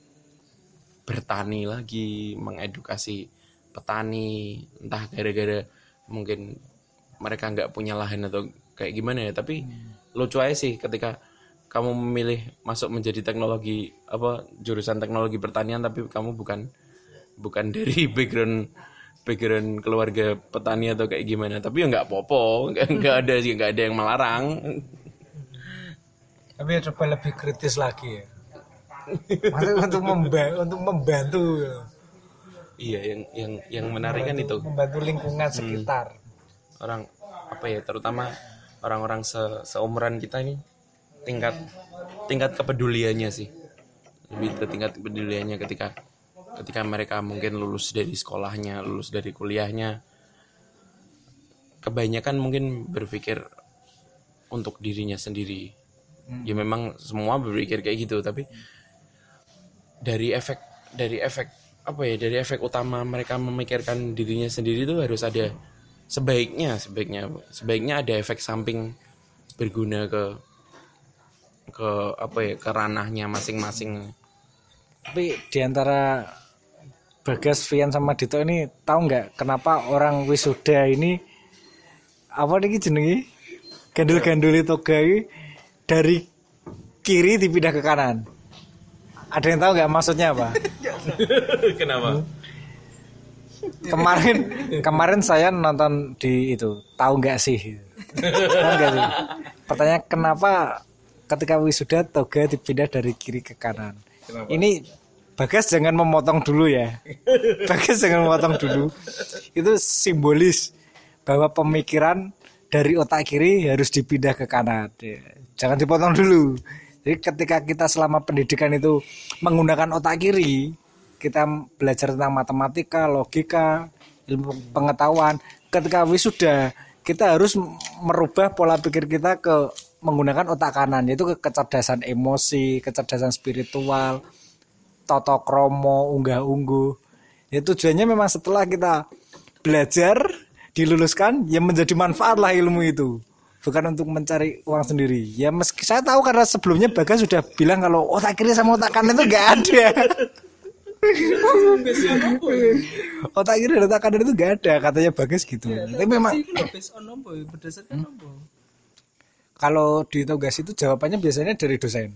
bertani lagi, mengedukasi petani, entah gara-gara mungkin mereka nggak punya lahan atau kayak gimana ya. Tapi hmm. lucu aja sih ketika kamu memilih masuk menjadi teknologi apa jurusan teknologi pertanian, tapi kamu bukan bukan dari background background keluarga petani atau kayak gimana. Tapi ya nggak popo, nggak nggak ada sih nggak ada yang melarang. Tapi ya coba lebih kritis lagi ya. Maksudnya untuk membantu, untuk membantu. Iya, yang yang yang menarik kan itu membantu lingkungan sekitar. Hmm. Orang apa ya, terutama orang-orang se- seumuran kita ini tingkat tingkat kepeduliannya sih. Lebih ke tingkat kepeduliannya ketika ketika mereka mungkin lulus dari sekolahnya, lulus dari kuliahnya. Kebanyakan mungkin berpikir untuk dirinya sendiri. Hmm. Ya memang semua berpikir kayak gitu, tapi dari efek dari efek apa ya dari efek utama mereka memikirkan dirinya sendiri itu harus ada sebaiknya sebaiknya sebaiknya ada efek samping berguna ke ke apa ya ke ranahnya masing-masing. Tapi diantara Bagas, Vian sama Dito ini tahu nggak kenapa orang wisuda ini apa nih jenenge gandul-gandul toga ini dari kiri dipindah ke kanan? Ada yang tahu nggak maksudnya apa? Kenapa? Kemarin kemarin saya nonton di itu, tahu nggak sih? Tahu nggak sih? Pertanyaan kenapa ketika wisuda toga dipindah dari kiri ke kanan? Kenapa? Ini Bagas jangan memotong dulu ya. Bagas jangan memotong dulu. Itu simbolis bahwa pemikiran dari otak kiri harus dipindah ke kanan. Jangan dipotong dulu. Jadi ketika kita selama pendidikan itu menggunakan otak kiri, kita belajar tentang matematika, logika, ilmu pengetahuan. Ketika wisuda, kita harus merubah pola pikir kita ke menggunakan otak kanan, yaitu ke kecerdasan emosi, kecerdasan spiritual, toto kromo, unggah-ungguh. Ya tujuannya memang setelah kita belajar, diluluskan, ya menjadi manfaat lah ilmu itu. Bukan untuk mencari uang sendiri. Ya meski saya tahu karena sebelumnya Bagas sudah bilang kalau otak kiri sama otak kanan itu gak ada. Otak kiri dan otak kanan itu gak ada, katanya Bagas gitu. Ya, tapi memang berdasarkan hmm? Kalau di tugas itu jawabannya biasanya dari dosen.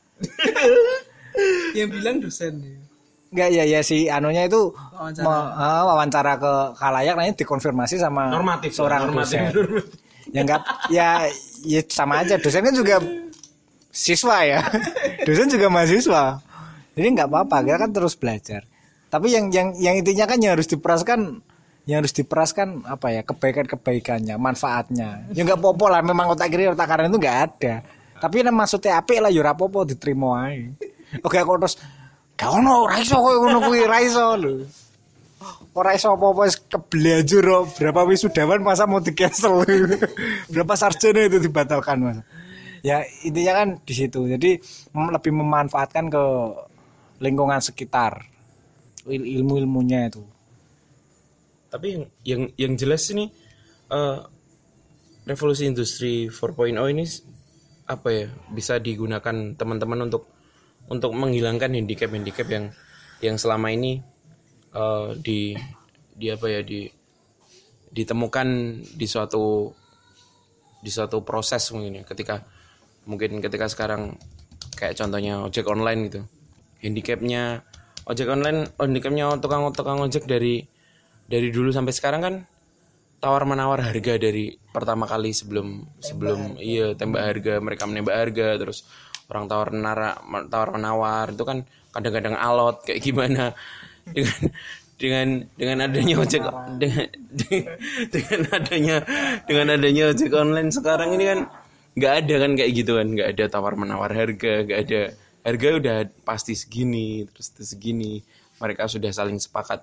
Yang bilang dosen. Enggak ya ya si anunya itu wawancara, me, uh, wawancara ke khalayak nanti dikonfirmasi sama normatif, seorang normatif. dosen. Ya enggak ya, ya sama aja, dosen kan juga siswa ya. Dosen juga mahasiswa. Jadi enggak apa-apa, kita kan terus belajar. Tapi yang yang yang intinya kan yang harus diperaskan yang harus diperaskan apa ya, kebaikan-kebaikannya, manfaatnya. Ya enggak apa-apa lah, memang otak kiri otak kanan itu enggak ada. Tapi nek maksudnya apik lah ya ora apa-apa diterima ae. Oke kok terus gak ono ra iso koyo ngono kuwi ra iso lho. ora iso apa-apa wis keblajur kok. Berapa wisudawan masa mau di cancel. Berapa sarjana itu dibatalkan Mas. Ya intinya kan di situ. Jadi mem- lebih memanfaatkan ke lingkungan sekitar. Il- ilmu-ilmunya itu. Tapi yang yang, yang jelas ini eh, revolusi industri empat titik nol ini apa ya bisa digunakan teman-teman untuk untuk menghilangkan handicap-handicap yang yang selama ini uh, di di apa ya di ditemukan di suatu di suatu proses mungkin ya ketika mungkin ketika sekarang kayak contohnya ojek online gitu handicapnya ojek online handicapnya tukang-tukang ojek dari dari dulu sampai sekarang kan tawar menawar harga dari pertama kali sebelum tembak sebelum harga. Iya tembak harga mereka menembak harga terus orang tawar menara tawar menawar itu kan kadang-kadang alot kayak gimana dengan dengan dengan adanya ojek dengan, dengan adanya dengan adanya ojek online sekarang ini kan nggak ada kan kayak gitu kan nggak ada tawar menawar harga nggak ada harga udah pasti segini terus segini mereka sudah saling sepakat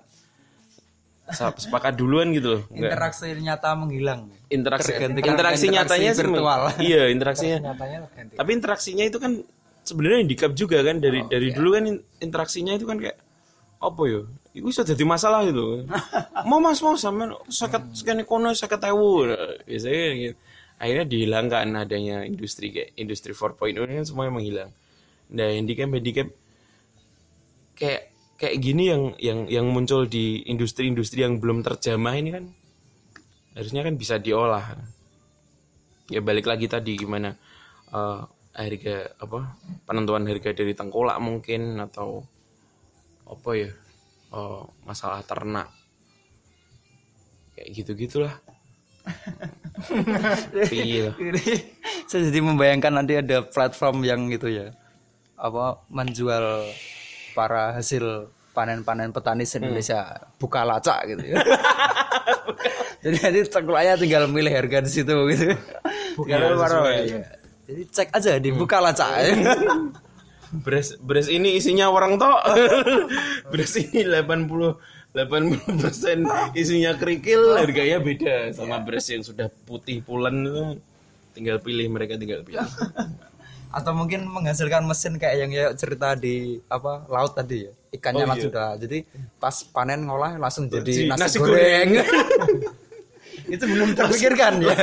sepakat duluan gitu loh. Interaksi nyata menghilang. Interaksi interaksi nyatanya virtual. Iya, interaksinya. Tapi interaksinya itu kan sebenarnya handicap juga kan dari oh, dari iya. Dulu kan interaksinya itu kan kayak apa ya? Itu sudah jadi masalah gitu. Mau Mas mau sampean saket sekene kono seket ewu. Biasanya gitu. Akhirnya dihilangkan adanya industri kayak industri empat titik nol kan semuanya menghilang. Nah, handicap handicap kayak kayak gini yang yang yang muncul di industri-industri yang belum terjamah ini kan harusnya kan bisa diolah. Ya balik lagi tadi gimana uh, harga apa penentuan harga dari tengkolak mungkin atau apa ya uh, masalah ternak kayak gitu-gitulah. Iya. Saya jadi membayangkan nanti ada platform yang gitu ya apa menjual para hasil panen-panen petani Indonesia hmm. buka lacak gitu ya. Jadi nanti tengkolaknya tinggal milih harga di situ gitu. Tinggal ya, ya. Jadi cek aja di buka lacak. Hmm. beras beras ini isinya orang tok. Beras ini delapan puluh persen isinya kerikil, harganya beda sama beras yang sudah putih pulen itu. Tinggal pilih mereka tinggal pilih. Atau mungkin menghasilkan mesin kayak yang ya cerita di apa laut tadi ya ikannya oh, langsung iya. Dah jadi pas panen ngolah langsung jadi nasi, nasi goreng, goreng. Itu belum terpikirkan ya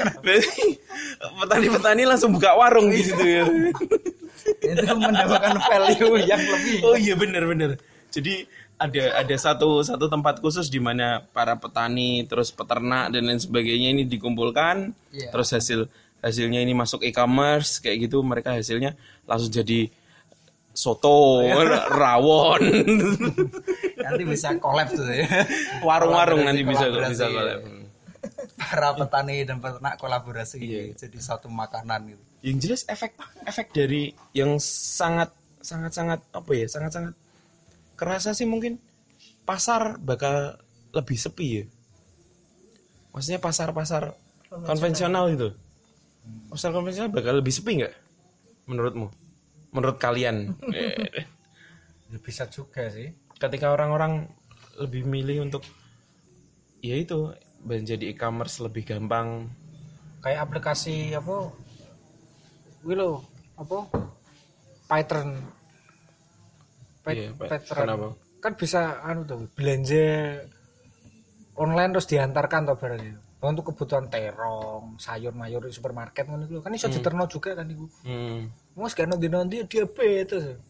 petani-petani langsung buka warung di situ ya. Itu mendapatkan value yang lebih. Oh iya benar-benar jadi ada ada satu satu tempat khusus di mana para petani terus peternak dan lain sebagainya ini dikumpulkan yeah. Terus hasil hasilnya ini masuk e-commerce kayak gitu mereka hasilnya langsung jadi soto, rawon. Nanti bisa collab tuh ya. Warung-warung nanti bisa bisa collab. Para petani dan peternak kolaborasi iya. Jadi satu makanan gitu. Yang jelas efek efek dari yang sangat sangat sangat apa ya? Sangat-sangat kerasa sih mungkin pasar bakal lebih sepi ya. Maksudnya pasar-pasar konvensional itu. Pasar konvensional bakal lebih sepi nggak? Menurutmu? Menurut kalian? Ya, bisa juga sih. Ketika orang-orang lebih milih untuk, ya itu, menjadi e-commerce lebih gampang. Kayak aplikasi apa? Wilo apa? Pattern. Pat- iya, pattern. Kenapa? Kan bisa anu tuh belanja online terus diantarkan tuh barang itu. Untuk kebutuhan terong, sayur mayur di supermarket ngono iku kan iso hmm. diterno juga kan iku. Hmm. Wes kan nanti diabetes.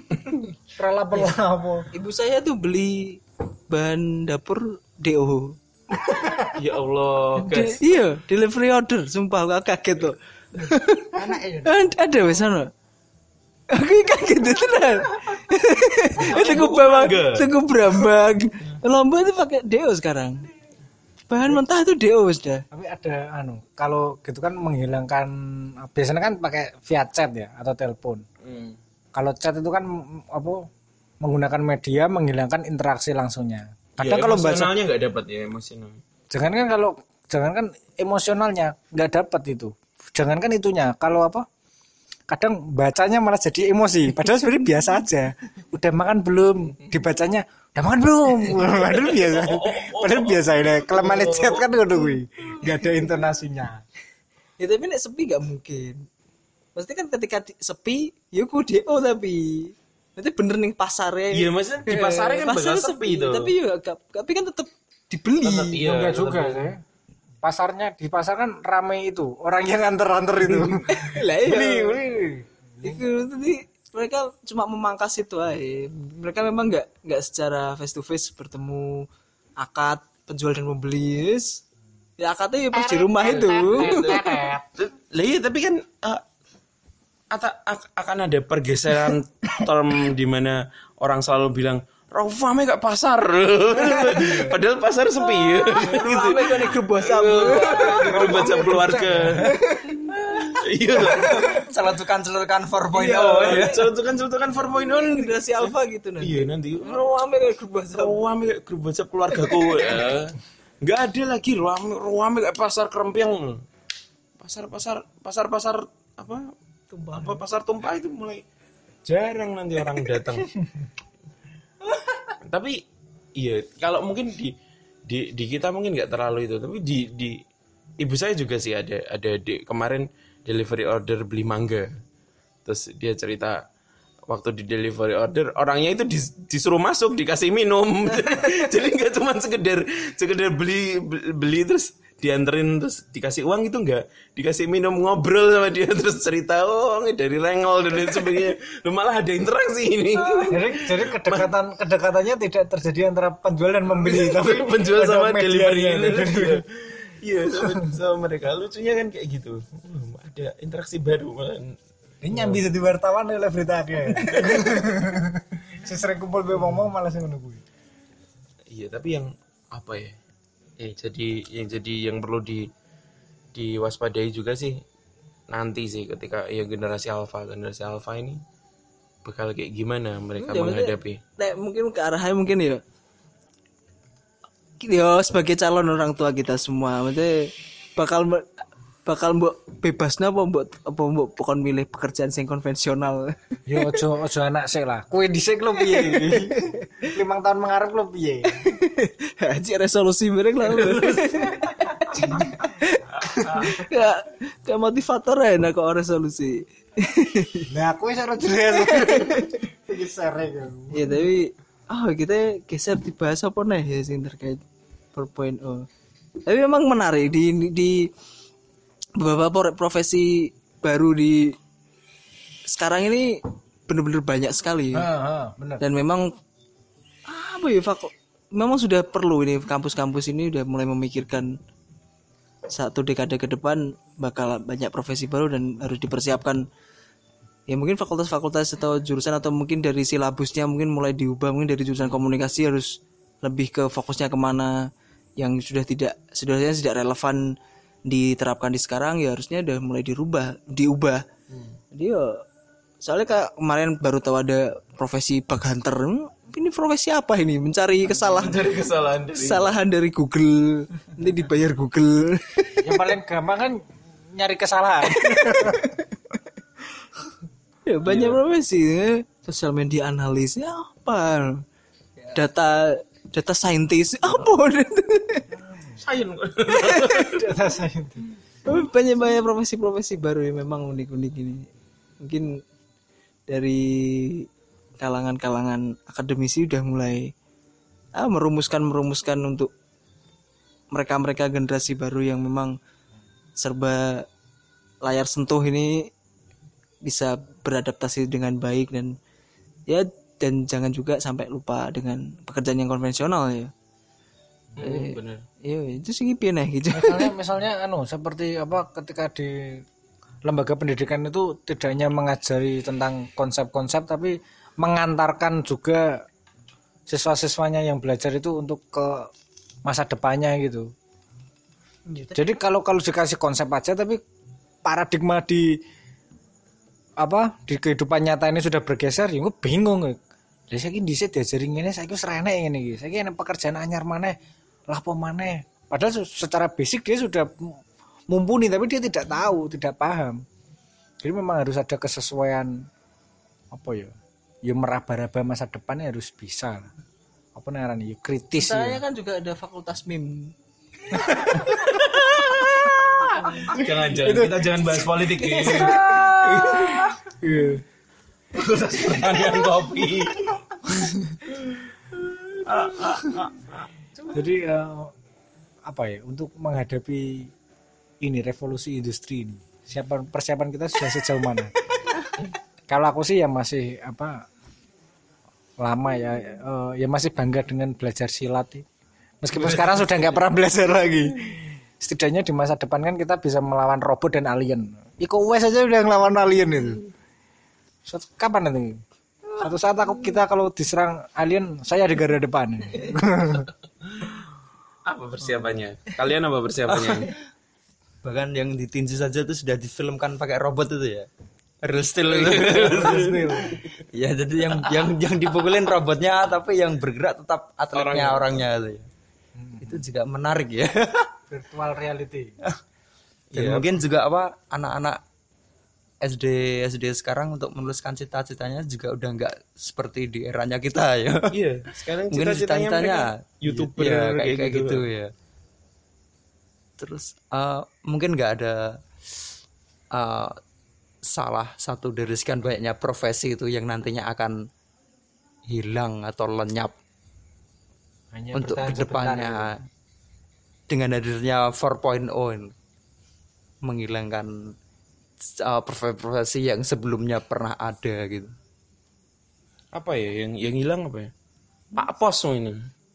Pralap-lap. Ibu saya tuh beli bahan dapur D O. Ya Allah, guys. De- iya, delivery order, sumpah aku kaget tuh. Anake ada wes ana. Aku kaget tenan. Itu ku bawa, tuku brambang. Lomba itu pakai D O sekarang. Bahan mentah itu D O sudah. Tapi ada anu, kalau gitu kan menghilangkan biasanya kan pakai via chat ya atau telepon. Hmm. Kalau chat itu kan apa menggunakan media menghilangkan interaksi langsungnya. Kadang ya, kalau baca emosionalnya nggak dapat ya emosional. Jangan kan kalau jangan kan emosionalnya nggak dapat itu. Jangan kan itunya. Kalau apa kadang bacanya malah jadi emosi padahal sebenarnya biasa aja. Udah makan belum? Dibacanya udah makan belum? Padahal biasa. Padahal biasa ya kelemahan chat kan ngono kuwi. Enggak ada intonasinya. Ya tapi nek sepi gak mungkin. Pasti kan ketika di, sepi, ya ku D O tapi. Nanti bener nih pasarnya. Iya, maksudnya di pasarnya kan bakal sepi itu. Tapi ya tapi kan tetap dibeli. Tetep, iya, Enggak tetep. juga sih. Pasarnya di pasar kan rame itu, orang yang anter-anter itu. Lah iya. Beli, beli. Itu tadi mereka cuma memangkas itu aja. Mereka memang nggak nggak secara face to face bertemu akad penjual dan pembeli. Yes. Ya akadnya ya pas di rumah itu. Lah iya, tapi kan uh, ata, ak- akan ada pergeseran term di mana orang selalu bilang Rame gak pasar. Padahal pasar sepi ya. Gitu. Rame kan grup WhatsApp. Grup WhatsApp keluarga. Iya. Celutukan-celutukan empat titik Iya, nol ya. celutukan-celutukan empat titik nol Generasi alpha gitu nanti. Iya nanti. Rame kayak grup WhatsApp. Rame kayak grup WhatsApp keluargaku ya. Enggak ada lagi rame rame kayak pasar kerempiang. Pasar-pasar pasar-pasar apa? Tumpah. Apa pasar tumpah itu mulai jarang nanti orang datang. Tapi iya, kalau mungkin di di di kita mungkin nggak terlalu itu, tapi di di ibu saya juga sih ada ada di kemarin delivery order beli mangga. Terus dia cerita waktu di delivery order orangnya itu dis, disuruh masuk dikasih minum. Jadi nggak cuma sekedar sekedar beli beli terus dianterin terus dikasih uang, itu enggak, dikasih minum, ngobrol sama dia terus cerita oh ini dari Rengol dan lain sebagainya. Lu malah ada interaksi ini. Jadi jadi kedekatan kedekatannya tidak terjadi antara penjual dan pembeli, tapi penjual sama ada delivery medianya. ini. Iya, sama, sama mereka lucunya kan kayak gitu. Uh, ada interaksi baru malah. Ini nyambi jadi wartawan oleh berita dia. Si sering kumpul be ngomong malah sing ngono kuwi. Iya, tapi yang apa ya? Yang jadi yang jadi yang perlu di diwaspadai juga sih nanti sih ketika ya generasi alpha generasi alpha ini bakal kayak gimana mereka Ya, menghadapi. Nek mungkin ke arahnya mungkin ya. Yo sebagai calon orang tua kita semua, maksudnya bakal bakal mbok bebasna apa mbok apa mbok pokon milih pekerjaan sing konvensional. Yo ojo ojo anak sik lah. Kowe dhisik lho piye? Limang tahun mengarep lho piye? Haji resolusi mereka lah. Kayak kayak motivator ya nak kok resolusi. Nah, aku wis ora jelas. Iki sare kan. Ya tapi ah kita geser dibahas apa nih ya sing terkait empat titik nol. Tapi memang menarik di di beberapa profesi baru di sekarang ini benar-benar banyak sekali. Heeh, benar. Dan memang apa ya Fak, memang sudah perlu ini kampus-kampus ini udah mulai memikirkan satu dekade ke depan bakal banyak profesi baru dan harus dipersiapkan. Ya mungkin fakultas-fakultas atau jurusan atau mungkin dari silabusnya mungkin mulai diubah, mungkin dari jurusan komunikasi harus lebih ke fokusnya kemana yang sudah tidak sebenarnya tidak relevan diterapkan di sekarang, ya harusnya udah mulai dirubah diubah. Hmm. Jadi ya soalnya kayak kemarin baru tahu ada profesi bug hunter. Ini profesi apa ini? Mencari kesalahan Mencari kesalahan dari kesalahan dari Google. Nanti dibayar Google. Yang paling gampang kan nyari kesalahan. Ya banyak profesi ya. Sosial media analis ya apa? Data data scientist apa? sains. Data scientist. Banyak-banyak profesi-profesi baru yang memang unik-unik ini. Mungkin dari kalangan-kalangan akademisi udah mulai ah, merumuskan-merumuskan untuk mereka-mereka generasi baru yang memang serba layar sentuh ini bisa beradaptasi dengan baik dan ya dan jangan juga sampai lupa dengan pekerjaan yang konvensional ya. Hmm, benar. Iya, itu sih piye nah gitu. Misalnya misalnya anu seperti apa ketika di lembaga pendidikan itu tidak hanya mengajari tentang konsep-konsep tapi mengantarkan juga siswa-siswanya yang belajar itu untuk ke masa depannya gitu. Jadi kalau kalau dikasih konsep aja tapi paradigma di apa di kehidupan nyata ini sudah bergeser, ya gue bingung. Lah saiki dhisik diajari ngene, saiki wis renek ngene iki. Saiki ana pekerjaan anyar maneh, lah apa maneh. Padahal secara basic dia sudah mumpuni tapi dia tidak tahu, tidak paham. Jadi memang harus ada kesesuaian apa ya? Ya meraba-raba masa depannya harus bisa. Apa namanya? Ya kritis Saya ya. kan juga ada fakultas meme. Jangan jangan kita jangan bahas politik nih. Iya. Fakultas pertanian kopi. Jadi eh, apa ya? Untuk menghadapi ini revolusi industri ini, siapa persiapan kita sudah sejauh mana? Kalau aku sih ya masih apa lama ya, eh, ya masih bangga dengan belajar silat. Meskipun sekarang sudah nggak pernah belajar lagi. Setidaknya di masa depan kan kita bisa melawan robot dan alien. Iko Uwais aja udah ngelawan alien itu. Suatu, kapan nanti? Satu saat aku kita kalau diserang alien, saya di garda depan. Apa persiapannya? Kalian apa persiapannya? Bahkan yang ditinju saja itu sudah difilmkan pakai robot itu ya. Real still itu. Ya jadi yang yang yang dipukulin robotnya tapi yang bergerak tetap atletnya orangnya itu ya. Itu juga menarik ya. Virtual reality. Dan Iya. mungkin juga apa anak-anak S D S D sekarang untuk menuliskan cita-citanya juga udah nggak seperti di eranya kita ya. Iya, sekarang Mungkin cita-citanya cita-citanya mereka YouTuber ya, kayak, kayak, kayak gitu. gitu ya. Terus uh, mungkin nggak ada uh, salah satu dari sekian banyaknya profesi itu yang nantinya akan hilang atau lenyap Hanya untuk bertahan kedepannya dengan hadirnya empat titik nol ini, menghilangkan uh, profesi-profesi yang sebelumnya pernah ada gitu. Apa ya yang yang hilang apa ya? Pak Pos ini.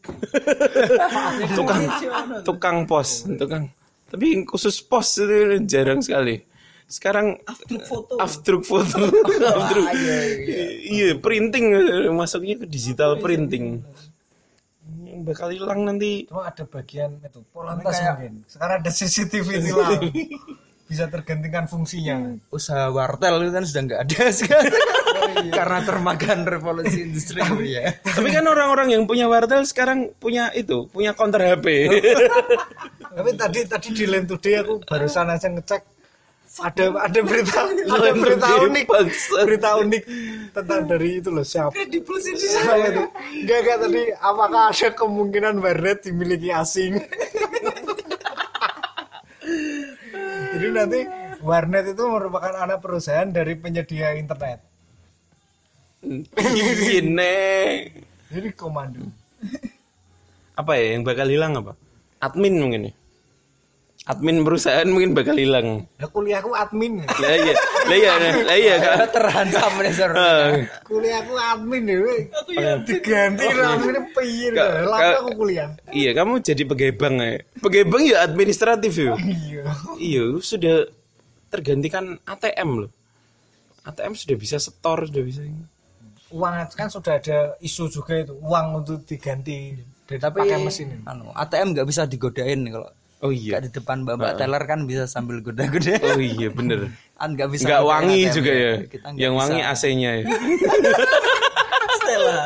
tukang tukang pos, tukang. Tapi yang khusus pos itu jarang sekali. Sekarang Aftruk foto. Aftruk foto. Aftruk. Iya, printing masuknya ke digital printing. Yang bakal hilang nanti. Cuma ada bagian itu polantas mungkin. Sekarang ada C C T V tilang. Bisa tergantikan fungsinya. Usaha wartel itu kan sudah nggak ada sekarang. Karena termakan revolusi industri ya. Tapi kan orang-orang yang punya wartel sekarang punya itu, punya counter H P. Tapi tadi tadi di Line Today aku barusan aja ngecek ada ada berita ada berita unik berita unik tentang dari itu loh siapa siapa itu enggak enggak tadi apakah ada kemungkinan warnet dimiliki asing. Jadi nanti warnet itu merupakan anak perusahaan dari penyedia internet. Gini. Jadi komando. Apa ya yang bakal hilang apa? Admin mungkin ya. Admin perusahaan mungkin bakal hilang. Ya kuliahku admin. Lah iya, lah iya, lah iya Kak. Terancam nih Sir. Kuliahku admin ya. Diganti namanya piye Kak, lah Kak. aku kuliah. Iya, kamu jadi pegebang ya. Pegebang ya administratif ya. Iya. Iya, sudah tergantikan A T M loh. A T M sudah bisa setor, sudah bisa ini. Uang kan sudah ada isu juga itu uang untuk diganti dari Tapi pakai mesin ini. anu, A T M nggak bisa digodain kalau Oh iya. nggak di depan mbak-mbak teller kan bisa sambil goda-goda. Oh iya bener. Kan nggak bisa. Nggak godain wangi A T M juga ya. Kita nggak Yang bisa. wangi A C-nya ya. Stella.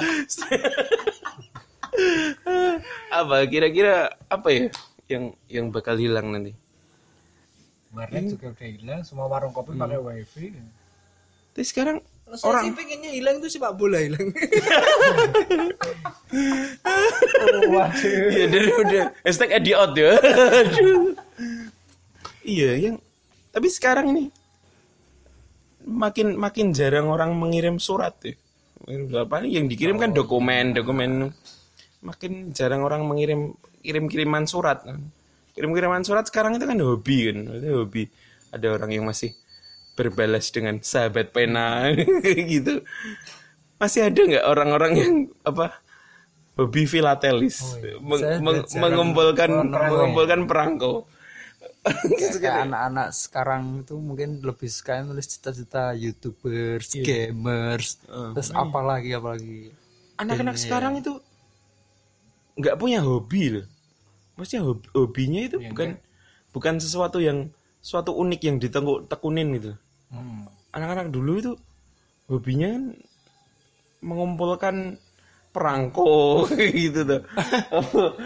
Apa kira-kira apa ya yang yang bakal hilang nanti? Warnet juga udah hilang, semua warung kopi pakai wifi. Tapi sekarang Kalau saya orang sih pengennya hilang itu sepak bola hilang. iya dari udah hashtag idiot ya. Aduh. Iya yang tapi sekarang ini makin makin jarang orang mengirim surat ya. Paling yang dikirim kan dokumen dokumen makin jarang orang mengirim kirim kiriman surat. Kirim kiriman surat sekarang itu kan hobi kan, itu hobi. Ada orang yang masih berbalas dengan sahabat pena gitu. Masih ada nggak orang-orang yang apa hobi filatelis, Meng- Saya meng- jarang mengumpulkan menemukan. mengumpulkan perangko. Kayak anak-anak sekarang itu mungkin lebih suka nulis cita-cita YouTubers, gamers, terus apa lagi apa lagi. Anak-anak sekarang itu nggak punya hobi loh. Maksudnya hobi, hobinya itu bukan bukan sesuatu yang suatu unik yang ditekunin gitu. Hmm. Anak-anak dulu itu hobinya kan mengumpulkan perangko gitu tuh.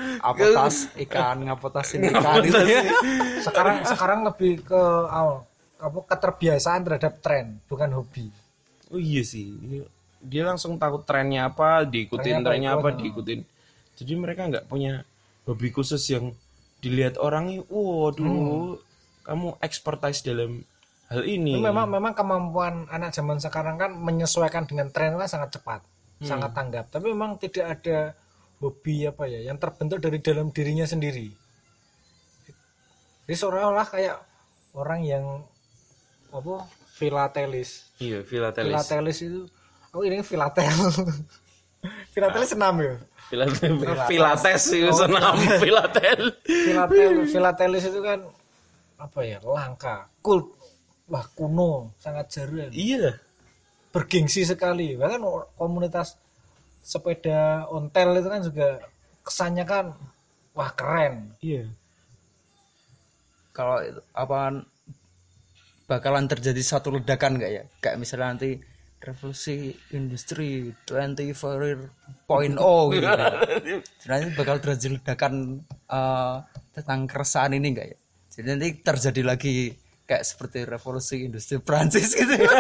Apotas ikan, ngapotasin ikan gitu ya. Sekarang sekarang lebih ke awal apa keterbiasaan terhadap tren, bukan hobi. Oh iya sih. Dia langsung tahu trennya apa, diikutin trennya apa, apa diikutin. Jadi mereka nggak punya hobi khusus yang dilihat orang, waduh, hmm. kamu expertise dalam hal ini. Memang memang kemampuan anak zaman sekarang kan menyesuaikan dengan tren kan sangat cepat, hmm. sangat tanggap. Tapi memang tidak ada hobi apa ya yang terbentuk dari dalam dirinya sendiri. Jadi seolah-olah kayak orang yang apa filatelis. Iya, filatelis. Filatelis itu oh ini filatel. Filatel senam ya. Filatel filates itu senam filatel. Filatel filatelis itu kan apa ya? Langka, kult. Wah, kuno, sangat jarang. Iya. Bergengsi sekali. Bahkan komunitas sepeda ontel itu kan juga kesannya kan wah keren. Iya. Kalau apa bakalan terjadi satu ledakan nggak ya? Kayak misalnya nanti revolusi industri dua puluh empat point nol gitu. Nanti bakal terjadi ledakan uh, tentang keresahan ini nggak ya? Jadi nanti terjadi lagi kayak seperti revolusi industri Prancis gitu ya.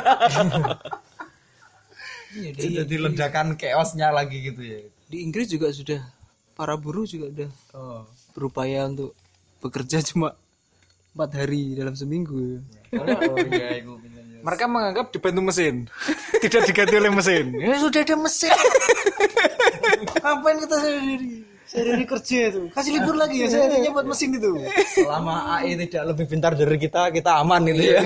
Iya, jadi ledakan chaosnya lagi gitu ya. Di Inggris juga sudah para buruh juga udah oh, berupaya untuk bekerja cuma empat hari dalam seminggu. Oh, iya, mereka menganggap dibantu mesin, tidak diganti oleh mesin. Ya sudah ada mesin. Ngapain kita sendiri? Sehari kerja itu. Kasih libur lagi ya, seharinya buat mesin itu. Selama A I tidak lebih pintar dari kita, kita aman gitu ya.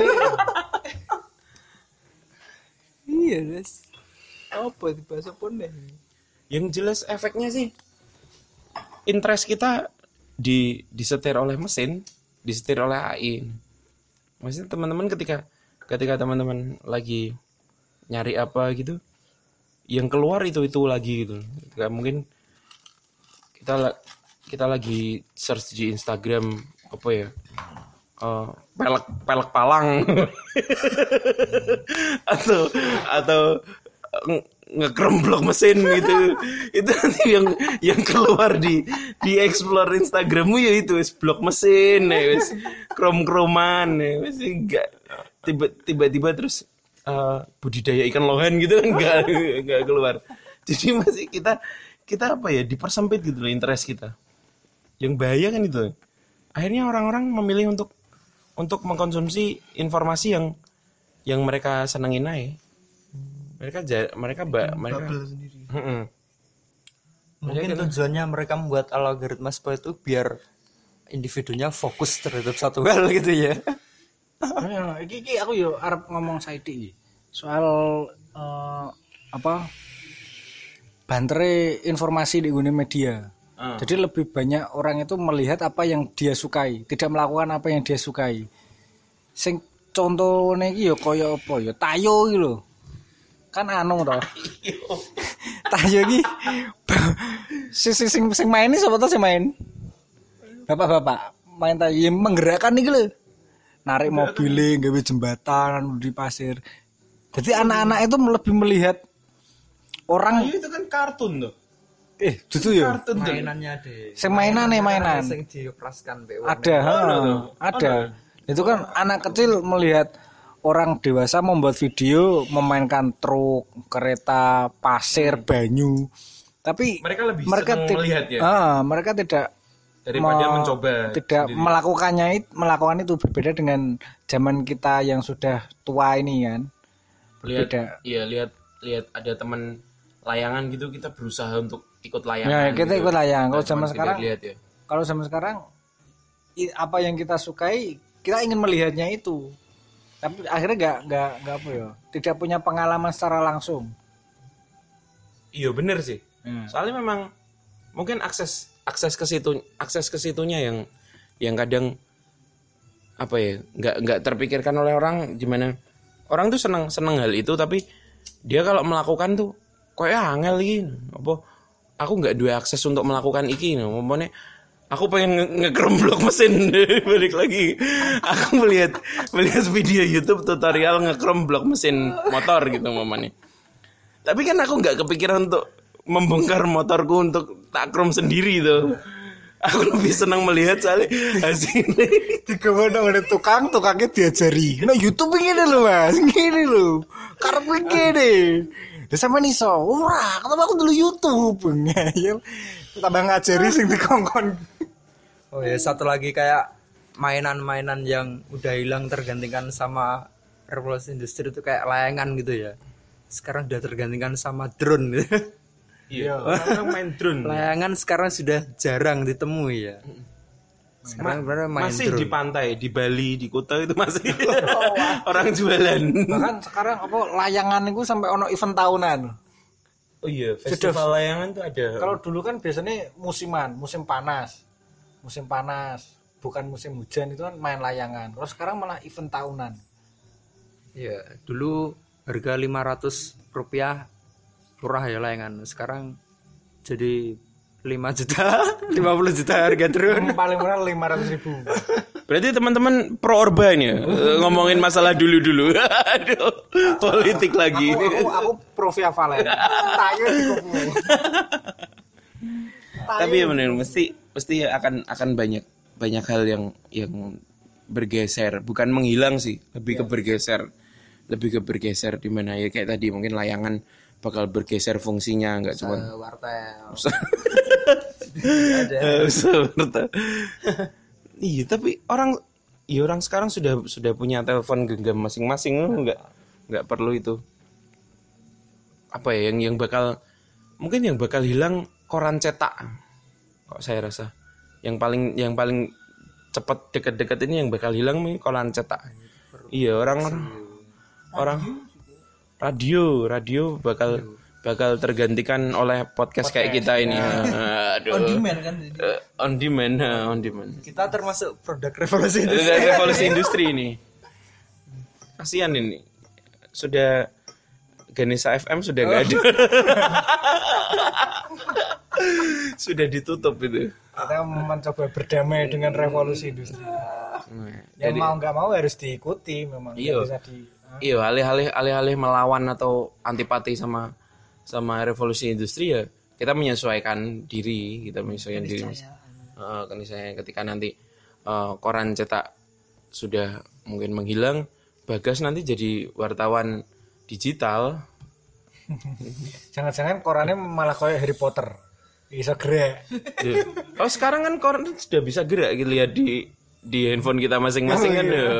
Iya, guys. Apa itu bahasa pondek? Yang jelas efeknya sih interest kita di disetir oleh mesin, disetir oleh A I. Maksudnya teman-teman ketika ketika teman-teman lagi nyari apa gitu, yang keluar itu itu lagi gitu. Gak mungkin kita kita lagi search di Instagram apa ya, uh, pelek pelek palang atau atau ngekremblok mesin gitu. Itu nanti yang yang keluar di di explore Instagrammu ya itu wis blok mesin ya wis krom-kroman ya wis enggak tiba tiba-tiba terus uh, budidaya ikan lohan gitu kan enggak enggak keluar. Jadi masih kita kita apa ya dipersempit gitu loh interest kita. Yang bahaya kan itu. Akhirnya orang-orang memilih untuk untuk mengkonsumsi informasi yang yang mereka senengin aja. Mereka mereka ba, mereka sendiri. Heeh. Mungkin mereka tujuannya mereka membuat algoritma seperti itu biar individunya fokus terhadap satu hal gitu ya. Nah, iki iki aku yo arep ngomong saiki soal uh, apa bantere informasi di dunia media. Uh. Jadi lebih banyak orang itu melihat apa yang dia sukai, tidak melakukan apa yang dia sukai. Sing contone iki yo kaya apa ya? Tayo iki lho. Kan anu toh. Tayo iki sing sing sing main ini siapa tuh sing main? Bapak-bapak main tayo yang menggerakkan iki lho. Narik mobilnya, gawe jembatan di pasir. Jadi anak-anak itu lebih melihat orang. Tayo itu kan kartun tuh. Eh, itu ya. Kartun mainannya deh. Sing mainan nih mainan. Sing dioperasikan be. Ada, ha, ada. Itu kan anak kecil melihat orang dewasa membuat video memainkan truk, kereta, pasir, banyu. Tapi mereka lebih mereka senang ti- melihat ya. Ah, mereka tidak daripada me- mencoba tidak sendiri. melakukannya itu melakukan itu berbeda dengan zaman kita yang sudah tua ini kan. Berbeda. Lihat, iya lihat lihat ada teman layangan gitu kita berusaha untuk ikut layangan. Ya, kita gitu. ikut layang. Kalau Nah, zaman sekarang lihat ya. Kalau zaman sekarang apa yang kita sukai, kita ingin melihatnya itu. Tapi akhirnya nggak nggak nggak apa ya, tidak punya pengalaman secara langsung. Iya bener sih. Hmm. Soalnya memang mungkin akses akses ke situ akses ke situnya yang yang kadang apa ya nggak nggak terpikirkan oleh orang. Gimana orang tuh senang senang hal itu tapi dia kalau melakukan tuh kayak angel gini apa aku nggak dua akses untuk melakukan iki no momone aku pengen ngekremblok mesin balik lagi aku melihat melihat video YouTube tutorial ngekremblok mesin motor gitu momone tapi kan aku nggak kepikiran untuk membongkar motorku untuk tak krom sendiri tuh Aku lebih senang melihat soalnya hasilnya. Digawana oleh tukang, tukangnya diajari. Nah YouTube ini lho mas, gini lho. Karep gini. Lah sampean iso, ora, ketemu aku dulu YouTube. Ngayel. Tambah ngajari sing dikongkon. Oh ya, satu lagi kayak mainan-mainan yang udah hilang tergantikan sama revolusi industri itu kayak layangan gitu ya. Sekarang udah tergantikan sama drone gitu. Iya, orang main drone. Layangan sekarang sudah jarang ditemui ya. Sekarang Ma- benar main masih drone. di pantai, di Bali, di kota itu masih orang jualan. Bahkan sekarang apa layangan itu sampai ono event tahunan. Oh iya, festival layangan tuh ada. Kalau dulu kan biasanya musiman, musim panas. Musim panas, bukan musim hujan itu kan main layangan. Terus sekarang malah event tahunan. Iya, dulu harga lima ratus rupiah murah ya layangan. Sekarang jadi lima juta, lima puluh juta harga drone. Yang paling murah lima ratus ribu. Berarti teman-teman pro urban ya, eh, ngomongin masalah dulu-dulu. Aduh, politik lagi. Aku, aku, aku pro Via Valen. Tayo di kuku. Tapi ya benar, mesti mesti akan akan banyak banyak hal yang yang bergeser, bukan menghilang sih, lebih ke bergeser, lebih ke bergeser di mana ya kayak tadi mungkin layangan bakal bergeser fungsinya, nggak cuma wartel. seperti. Iya, tapi orang iya orang sekarang sudah sudah punya telepon genggam masing-masing, nggak nggak perlu itu. Apa ya yang yang bakal mungkin yang bakal hilang koran cetak. Kok saya rasa yang paling yang paling cepat dekat-dekat ini yang bakal hilang nih koran cetak. Iya, orang orang radio radio bakal bakal tergantikan oleh podcast, kayak kita ini. Aduh. On demand kan. Eh, on demand, nah, on demand. Kita termasuk produk revolusi Itu industri. revolusi industri ini. Kasihan ini. Sudah Ganesha F M sudah nggak ada. Sudah ditutup itu. Kita mencoba berdamai dengan revolusi industri. Nah, Yang jadi mau nggak mau harus diikuti memang. Iya. Nggak bisa di. iya alih-alih alih-alih melawan atau antipati sama sama revolusi industri ya kita menyesuaikan diri, kita menyesuaikan diri. Heeh, kan misalnya ketika nanti eh, koran cetak sudah mungkin menghilang, Bagas nanti jadi wartawan digital. Jangan-jangan korannya malah kayak Harry Potter. Bisa gerak. Ya. Oh sekarang kan koran sudah bisa gerak gitu, lihat di di handphone kita masing-masing kan. Ya.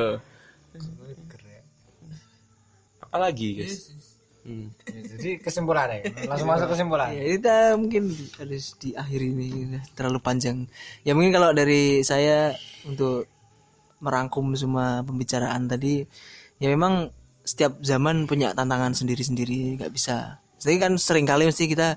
Apalagi guys. Hmm. Ya, jadi kesimpulannya, langsung masuk kesimpulan. Ya, kita mungkin harus diakhiri ini, udah terlalu panjang. Ya mungkin kalau dari saya untuk merangkum semua pembicaraan tadi, ya memang setiap zaman punya tantangan sendiri-sendiri, nggak bisa. Jadi kan sering kali mesti kita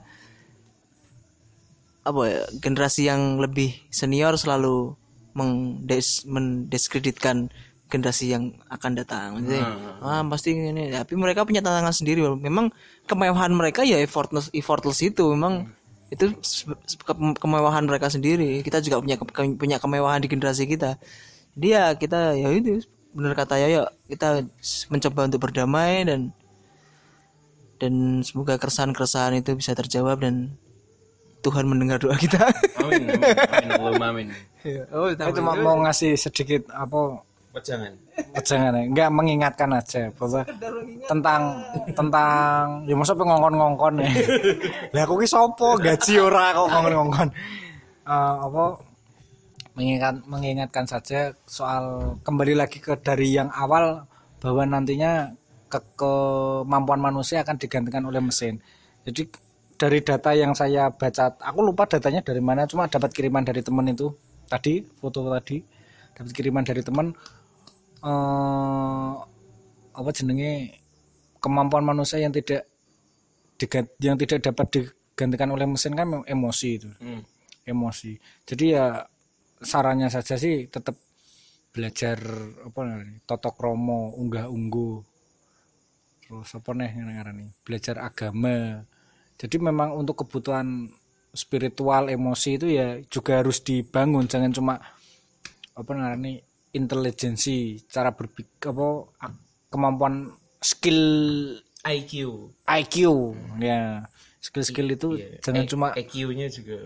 apa ya, generasi yang lebih senior selalu mendes mendiskreditkan generasi yang akan datang. Jadi, ah pasti ini, tapi mereka punya tantangan sendiri. Memang kemewahan mereka ya effortless, effortless itu memang itu ke- kemewahan mereka sendiri. Kita juga punya ke- punya kemewahan di generasi kita. Jadi ya kita ya itu benar kata ya, kita mencoba untuk berdamai dan dan semoga keresahan-keresahan itu bisa terjawab dan Tuhan mendengar doa kita. Amin, amin, amin, Allahumma amin. Oh, Saya cuma mau ngasih sedikit apa Jangan. jangan ya, enggak mengingatkan aja bahwa tentang tentang ya masa ngongkon-ngongkon ya. Lah aku ki sapa gaji ora kok ngongkon-ngongkon. Eh, apa mengingat mengingatkan saja soal kembali lagi ke dari yang awal bahwa nantinya ke kemampuan manusia akan digantikan oleh mesin. Jadi dari data yang saya baca, aku lupa datanya dari mana, cuma dapat kiriman dari teman itu tadi, foto tadi dapat kiriman dari teman. Eh, apa jenenge kemampuan manusia yang tidak diga- yang tidak dapat digantikan oleh mesin kan emosi itu. Hmm. Emosi. Jadi ya sarannya saja sih tetap belajar apa namanya? Toto kromo, unggah-ungguh. Terus apa nih ngarani? Belajar agama. Jadi memang untuk kebutuhan spiritual, emosi itu ya juga harus dibangun, jangan cuma apa ngarani intelijensi, cara berpikir apa kemampuan skill I Q. I Q ya skill-skill itu Iya. jangan I- cuma I Q-nya juga.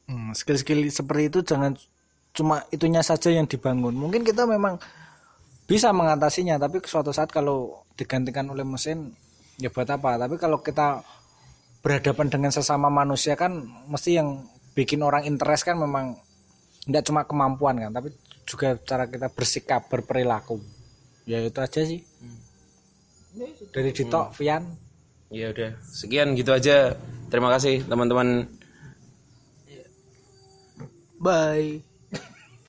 Hmm, skill-skill seperti itu jangan cuma itunya saja yang dibangun. Mungkin kita memang bisa mengatasinya, tapi suatu saat kalau digantikan oleh mesin ya buat apa? Tapi kalau kita berhadapan dengan sesama manusia kan mesti yang bikin orang interest kan memang tidak cuma kemampuan kan, tapi juga cara kita bersikap, berperilaku. Ya itu aja sih. Dari Dito, hmm. Vian. Ya udah, sekian gitu aja. Terima kasih teman-teman. Bye.